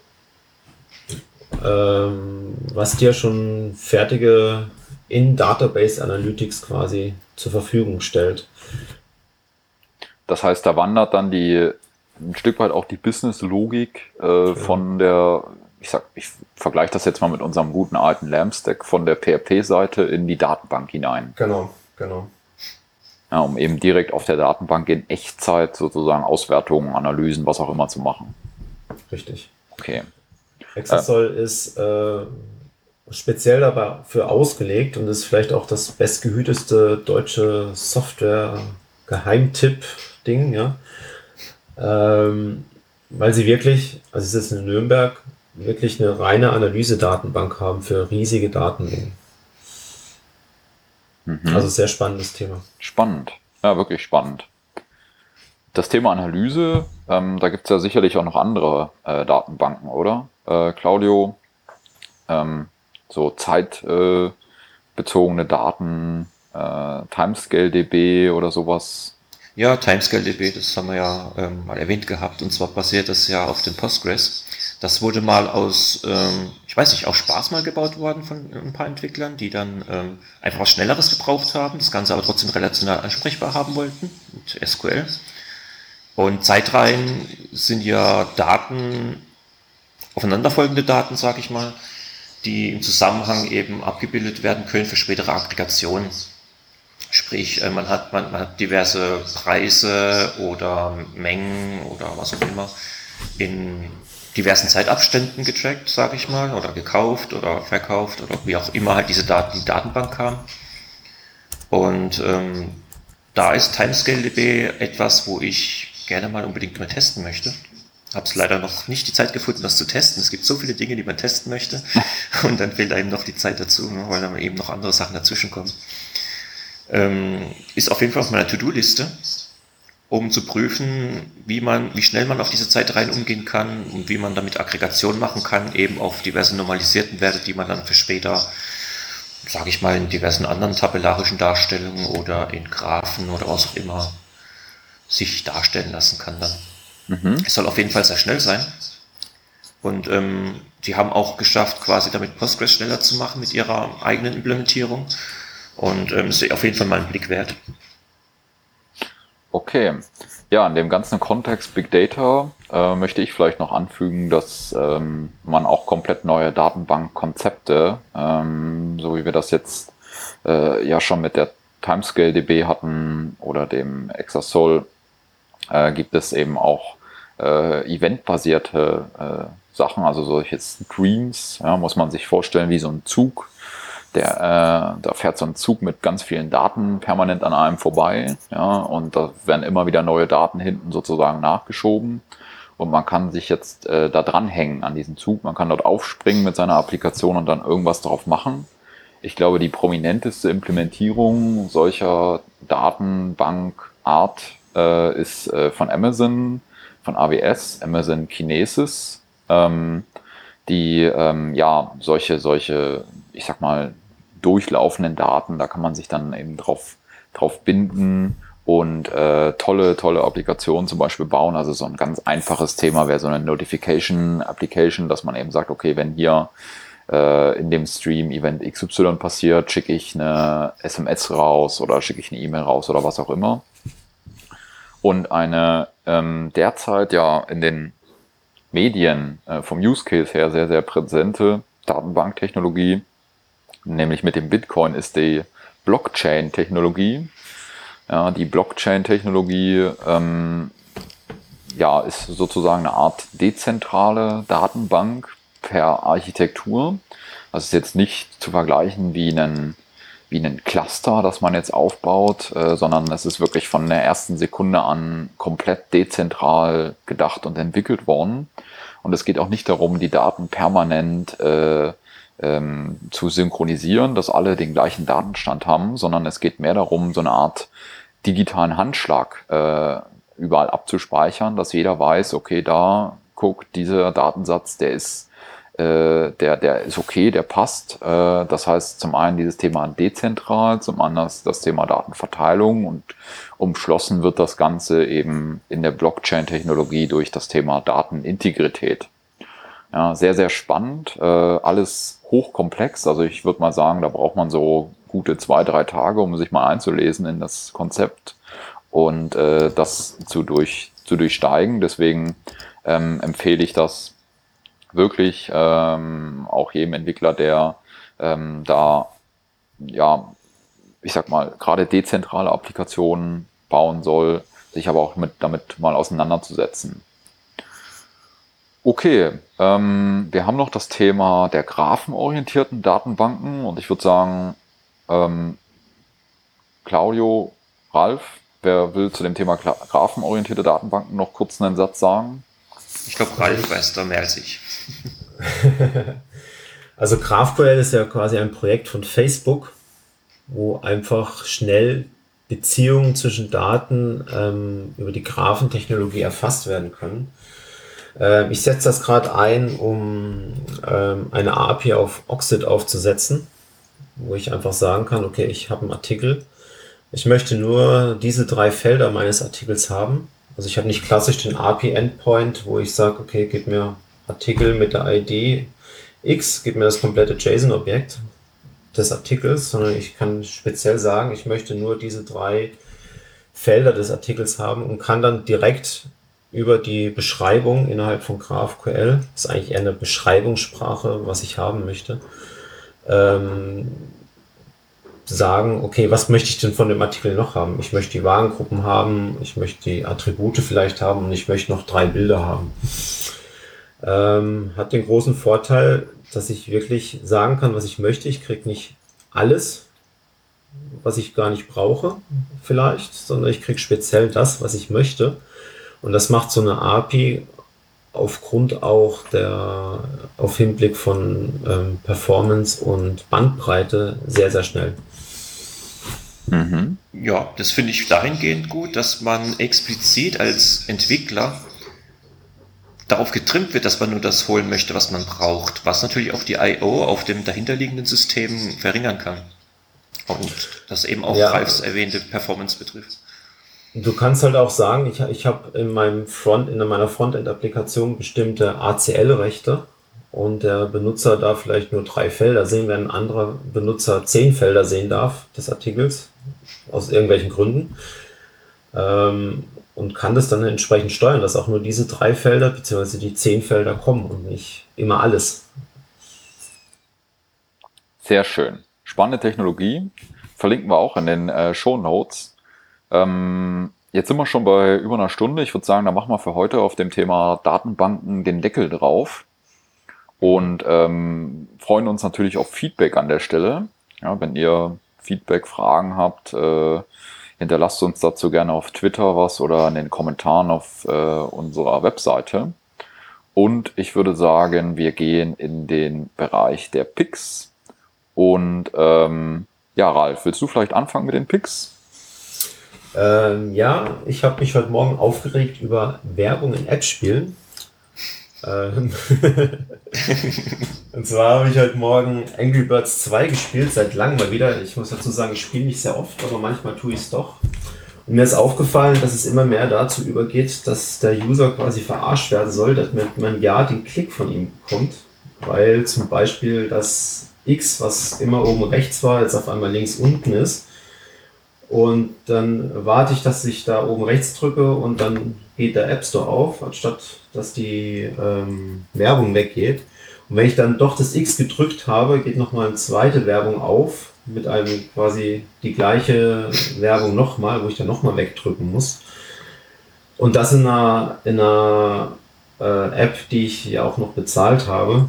D: was dir schon fertige in-Database Analytics quasi zur Verfügung stellt.
B: Das heißt, da wandert dann ein Stück weit auch die Business-Logik von der, ich vergleiche das jetzt mal mit unserem guten alten LAMP-Stack, von der PHP-Seite in die Datenbank hinein.
D: Genau.
B: Ja, um eben direkt auf der Datenbank in Echtzeit sozusagen Auswertungen, Analysen, was auch immer zu machen.
D: Richtig.
B: Okay.
D: Exasol ist speziell dafür ausgelegt und ist vielleicht auch das bestgehüteste deutsche Software-Geheimtipp-Ding, ja. Weil sie wirklich, also es ist in Nürnberg, wirklich eine reine Analyse-Datenbank haben für riesige Datenmengen. Also sehr spannendes Thema.
B: Spannend. Ja, wirklich spannend. Das Thema Analyse, da gibt es ja sicherlich auch noch andere Datenbanken, oder? Claudio, so zeitbezogene Daten, Timescale-DB oder sowas.
C: Ja, TimescaleDB, das haben wir ja mal erwähnt gehabt, und zwar basiert das ja auf dem Postgres. Das wurde mal aus, ich weiß nicht, aus Spaß mal gebaut worden von ein paar Entwicklern, die dann einfach was Schnelleres gebraucht haben, das Ganze aber trotzdem relational ansprechbar haben wollten mit SQL. Und Zeitreihen sind ja Daten, aufeinanderfolgende Daten, sage ich mal, die im Zusammenhang eben abgebildet werden können für spätere Aggregationen. Sprich, man hat diverse Preise oder Mengen oder was auch immer in diversen Zeitabständen getrackt, sage ich mal, oder gekauft oder verkauft oder wie auch immer halt diese Daten in die Datenbank kamen. Und da ist TimescaleDB etwas, wo ich gerne mal unbedingt mal testen möchte. Habe es leider noch nicht die Zeit gefunden, das zu testen. Es gibt so viele Dinge, die man testen möchte und dann fehlt einem noch die Zeit dazu, weil dann eben noch andere Sachen dazwischen kommen. Ist auf jeden Fall auf meiner To-Do-Liste, um zu prüfen, wie schnell man auf diese Zeitreihen umgehen kann und wie man damit Aggregation machen kann, eben auf diverse normalisierten Werte, die man dann für später, sage ich mal, in diversen anderen tabellarischen Darstellungen oder in Graphen oder was auch immer sich darstellen lassen kann dann. Es soll auf jeden Fall sehr schnell sein. Und die haben auch geschafft, quasi damit Postgres schneller zu machen mit ihrer eigenen Implementierung. Und ist auf jeden Fall mal ein Blick wert.
B: Okay. Ja, in dem ganzen Kontext Big Data möchte ich vielleicht noch anfügen, dass man auch komplett neue Datenbankkonzepte, so wie wir das jetzt ja schon mit der TimescaleDB hatten oder dem Exasol, gibt es eben auch eventbasierte Sachen, also solche Streams, ja, muss man sich vorstellen wie so ein Zug. Da fährt so ein Zug mit ganz vielen Daten permanent an einem vorbei, ja, und da werden immer wieder neue Daten hinten sozusagen nachgeschoben und man kann sich jetzt da dranhängen an diesen Zug, man kann dort aufspringen mit seiner Applikation und dann irgendwas drauf machen. Ich glaube, die prominenteste Implementierung solcher Datenbankart ist von Amazon, von AWS, Amazon Kinesis, die ja solche, ich sag mal, durchlaufenden Daten, da kann man sich dann eben drauf binden und tolle Applikationen zum Beispiel bauen. Also so ein ganz einfaches Thema wäre so eine Notification Application, dass man eben sagt, okay, wenn hier in dem Stream Event XY passiert, schicke ich eine SMS raus oder schicke ich eine E-Mail raus oder was auch immer. Und eine derzeit ja in den Medien vom Use Case her sehr, sehr präsente Datenbanktechnologie, nämlich mit dem Bitcoin, ist die Blockchain-Technologie. Ja, die Blockchain-Technologie ja, ist sozusagen eine Art dezentrale Datenbank per Architektur. Das ist jetzt nicht zu vergleichen wie ein Cluster, das man jetzt aufbaut, sondern es ist wirklich von der ersten Sekunde an komplett dezentral gedacht und entwickelt worden. Und es geht auch nicht darum, die Daten permanent zu synchronisieren, dass alle den gleichen Datenstand haben, sondern es geht mehr darum, so eine Art digitalen Handschlag überall abzuspeichern, dass jeder weiß, okay, da guckt dieser Datensatz, der ist okay, der passt. Das heißt zum einen dieses Thema dezentral, zum anderen das Thema Datenverteilung und umschlossen wird das Ganze eben in der Blockchain-Technologie durch das Thema Datenintegrität. Ja, sehr, sehr spannend, alles hochkomplex. Also ich würde mal sagen, da braucht man so gute 2-3 Tage, um sich mal einzulesen in das Konzept und das zu durchsteigen. Deswegen empfehle ich das wirklich auch jedem Entwickler, der da, ja, ich sag mal, gerade dezentrale Applikationen bauen soll, sich aber auch damit mal auseinanderzusetzen. Okay, wir haben noch das Thema der graphenorientierten Datenbanken und ich würde sagen, Claudio, Ralf, wer will zu dem Thema graphenorientierte Datenbanken noch kurz einen Satz sagen?
C: Ich glaube, Ralf weiß da mehr als ich.
D: Also GraphQL ist ja quasi ein Projekt von Facebook, wo einfach schnell Beziehungen zwischen Daten über die Graphentechnologie erfasst werden können. Ich setze das gerade ein, um eine API auf Oxid aufzusetzen, wo ich einfach sagen kann, okay, ich habe einen Artikel, ich möchte nur diese 3 Felder meines Artikels haben. Also ich habe nicht klassisch den API-Endpoint, wo ich sage, okay, gib mir Artikel mit der ID X, gib mir das komplette JSON-Objekt des Artikels, sondern ich kann speziell sagen, ich möchte nur diese 3 Felder des Artikels haben und kann dann direkt über die Beschreibung innerhalb von GraphQL, das ist eigentlich eher eine Beschreibungssprache, was ich haben möchte, sagen, okay, was möchte ich denn von dem Artikel noch haben? Ich möchte die Warengruppen haben, ich möchte die Attribute vielleicht haben und ich möchte noch 3 Bilder haben. Hat den großen Vorteil, dass ich wirklich sagen kann, was ich möchte. Ich kriege nicht alles, was ich gar nicht brauche, vielleicht, sondern ich kriege speziell das, was ich möchte. Und das macht so eine API aufgrund auch auf Hinblick von Performance und Bandbreite sehr, sehr schnell.
C: Ja, das finde ich dahingehend gut, dass man explizit als Entwickler darauf getrimmt wird, dass man nur das holen möchte, was man braucht, was natürlich auch die I/O auf dem dahinterliegenden System verringern kann. Und das eben auch Ralfs erwähnte Performance betrifft.
D: Du kannst halt auch sagen, ich habe in meiner Frontend-Applikation bestimmte ACL-Rechte und der Benutzer darf vielleicht nur 3 Felder sehen, während ein anderer Benutzer 10 Felder sehen darf des Artikels, aus irgendwelchen Gründen. Und kann das dann entsprechend steuern, dass auch nur diese 3 Felder bzw. die 10 Felder kommen und nicht immer alles.
B: Sehr schön. Spannende Technologie. Verlinken wir auch in den Shownotes. Jetzt sind wir schon bei über einer Stunde. Ich würde sagen, da machen wir für heute auf dem Thema Datenbanken den Deckel drauf und freuen uns natürlich auf Feedback an der Stelle. Ja, wenn ihr Feedback, Fragen habt, hinterlasst uns dazu gerne auf Twitter was oder in den Kommentaren auf unserer Webseite. Und ich würde sagen, wir gehen in den Bereich der Picks. Und ja, Ralf, willst du vielleicht anfangen mit den Picks?
D: Ja, ich habe mich heute Morgen aufgeregt über Werbung in App-Spielen. Und zwar habe ich heute Morgen Angry Birds 2 gespielt, seit langem mal wieder. Ich muss dazu sagen, ich spiele nicht sehr oft, aber manchmal tue ich es doch. Und mir ist aufgefallen, dass es immer mehr dazu übergeht, dass der User quasi verarscht werden soll, dass man ja den Klick von ihm bekommt. Weil zum Beispiel das X, was immer oben rechts war, jetzt auf einmal links unten ist. Und dann warte ich, dass ich da oben rechts drücke und dann geht der App Store auf, anstatt dass die Werbung weggeht. Und wenn ich dann doch das X gedrückt habe, geht nochmal eine zweite Werbung auf, mit einem quasi die gleiche Werbung nochmal, wo ich dann nochmal wegdrücken muss. Und das in einer App, die ich ja auch noch bezahlt habe.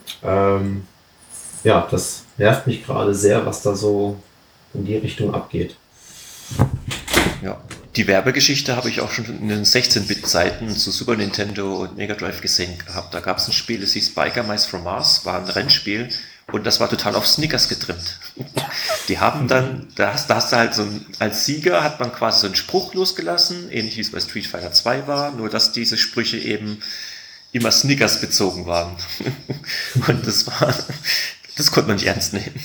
D: Ja, das nervt mich gerade sehr, was da so in die Richtung abgeht.
C: Ja, die Werbegeschichte habe ich auch schon in den 16-Bit-Zeiten zu Super Nintendo und Mega Drive gesehen gehabt. Da gab es ein Spiel, das hieß Biker Mice from Mars, war ein Rennspiel und das war total auf Snickers getrimmt. Die haben dann, da hast du halt als Sieger hat man quasi so einen Spruch losgelassen, ähnlich wie es bei Street Fighter 2 war, nur dass diese Sprüche eben immer Snickers bezogen waren. Und das konnte man nicht ernst nehmen.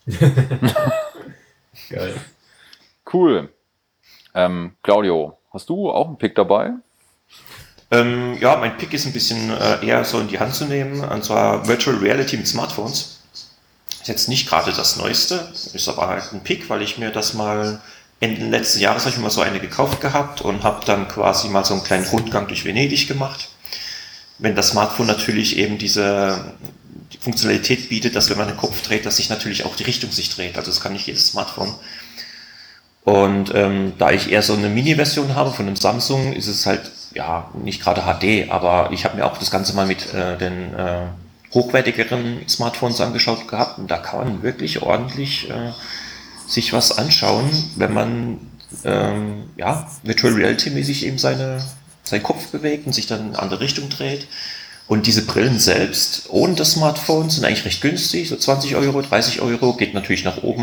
D: Geil.
B: Cool. Claudio, hast du auch einen Pick dabei?
C: Ja, mein Pick ist ein bisschen eher so in die Hand zu nehmen, und zwar Virtual Reality mit Smartphones. Ist jetzt nicht gerade das Neueste, ist aber halt ein Pick, weil ich mir das mal Ende letzten Jahres habe ich mir mal so eine gekauft gehabt und habe dann quasi mal so einen kleinen Rundgang durch Venedig gemacht. Wenn das Smartphone natürlich eben die Funktionalität bietet, dass wenn man den Kopf dreht, dass sich natürlich auch die Richtung sich dreht. Also das kann nicht jedes Smartphone. Und da ich eher so eine Mini-Version habe von einem Samsung, ist es halt ja nicht gerade HD, aber ich habe mir auch das Ganze mal mit den hochwertigeren Smartphones angeschaut gehabt und da kann man wirklich ordentlich sich was anschauen, wenn man Virtual Reality-mäßig eben seinen Kopf bewegt und sich dann in eine andere Richtung dreht. Und diese Brillen selbst ohne das Smartphone sind eigentlich recht günstig, so 20 Euro, 30 Euro, geht natürlich nach oben.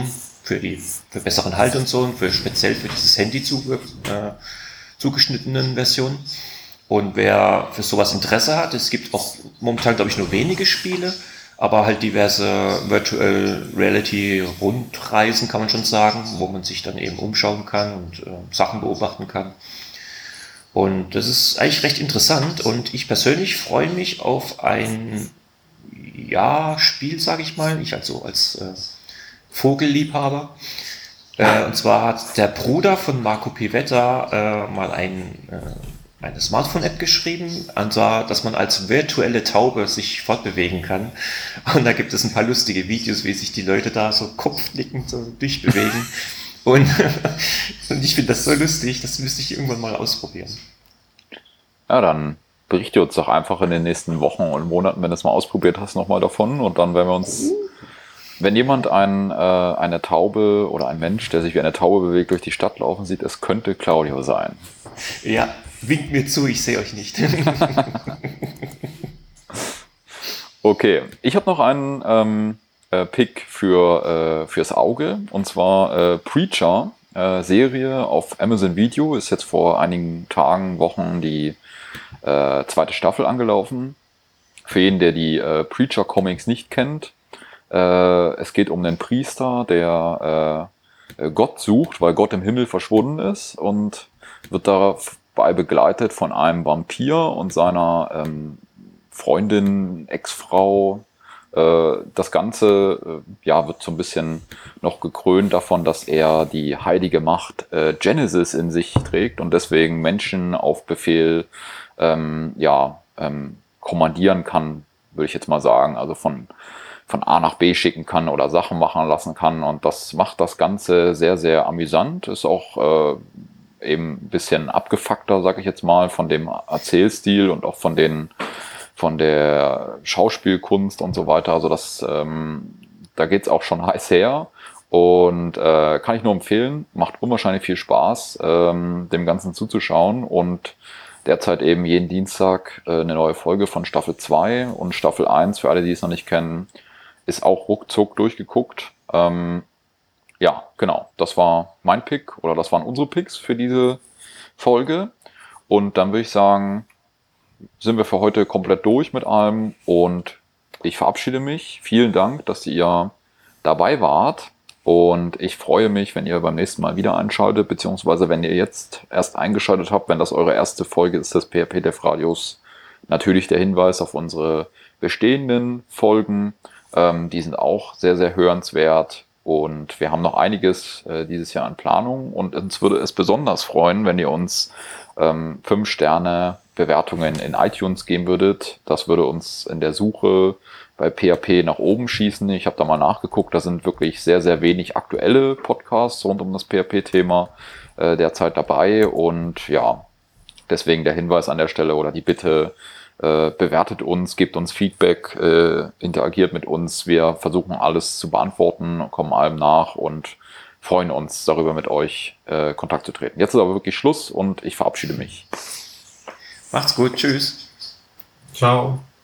C: für besseren Halt und so und speziell für dieses Handy zugeschnittenen Versionen. Und wer für sowas Interesse hat, es gibt auch momentan, glaube ich, nur wenige Spiele, aber halt diverse Virtual Reality Rundreisen, kann man schon sagen, wo man sich dann eben umschauen kann und Sachen beobachten kann. Und das ist eigentlich recht interessant und ich persönlich freue mich auf ein Spiel, sage ich mal, ich also als Vogelliebhaber. Und zwar hat der Bruder von Marco Pivetta mal eine Smartphone-App geschrieben, und zwar, dass man als virtuelle Taube sich fortbewegen kann. Und da gibt es ein paar lustige Videos, wie sich die Leute da so kopfnickend so durchbewegen. Und ich finde das so lustig, das müsste ich irgendwann mal ausprobieren.
B: Ja, dann berichte uns doch einfach in den nächsten Wochen und Monaten, wenn du es mal ausprobiert hast, nochmal davon. Und dann werden wir uns, wenn jemand eine Taube oder ein Mensch, der sich wie eine Taube bewegt, durch die Stadt laufen sieht, es könnte Claudio sein.
C: Ja, winkt mir zu, ich sehe euch nicht.
B: Okay, ich habe noch einen Pick fürs Auge, und zwar Preacher, Serie auf Amazon Video, ist jetzt vor einigen Tagen, Wochen die zweite Staffel angelaufen. Für jeden, der die Preacher Comics nicht kennt, es geht um einen Priester, der Gott sucht, weil Gott im Himmel verschwunden ist, und wird dabei begleitet von einem Vampir und seiner Freundin, Ex-Frau. Das Ganze wird so ein bisschen noch gekrönt davon, dass er die heilige Macht Genesis in sich trägt und deswegen Menschen auf Befehl kommandieren kann, würde ich jetzt mal sagen. Also von A nach B schicken kann oder Sachen machen lassen kann. Und das macht das Ganze sehr, sehr amüsant. Ist auch eben ein bisschen abgefuckter, sag ich jetzt mal, von dem Erzählstil und auch von der Schauspielkunst und so weiter. Also da geht's auch schon heiß her. Und kann ich nur empfehlen, macht unwahrscheinlich viel Spaß, dem Ganzen zuzuschauen. Und derzeit eben jeden Dienstag eine neue Folge von Staffel 2 und Staffel 1, für alle, die es noch nicht kennen, ist auch ruckzuck durchgeguckt. Genau, das war mein Pick oder das waren unsere Picks für diese Folge. Und dann würde ich sagen, sind wir für heute komplett durch mit allem und ich verabschiede mich. Vielen Dank, dass ihr dabei wart und ich freue mich, wenn ihr beim nächsten Mal wieder einschaltet, beziehungsweise wenn ihr jetzt erst eingeschaltet habt, wenn das eure erste Folge ist des PHP Dev Radios. Natürlich der Hinweis auf unsere bestehenden Folgen, die sind auch sehr, sehr hörenswert. Und wir haben noch einiges dieses Jahr in Planung und uns würde es besonders freuen, wenn ihr uns 5 Sterne Bewertungen in iTunes geben würdet. Das würde uns in der Suche bei PHP nach oben schießen. Ich habe da mal nachgeguckt, da sind wirklich sehr, sehr wenig aktuelle Podcasts rund um das PHP-Thema derzeit dabei. Und ja, deswegen der Hinweis an der Stelle oder die Bitte, bewertet uns, gebt uns Feedback, interagiert mit uns. Wir versuchen alles zu beantworten, kommen allem nach und freuen uns darüber, mit euch Kontakt zu treten. Jetzt ist aber wirklich Schluss und ich verabschiede mich.
C: Macht's gut, tschüss.
D: Ciao.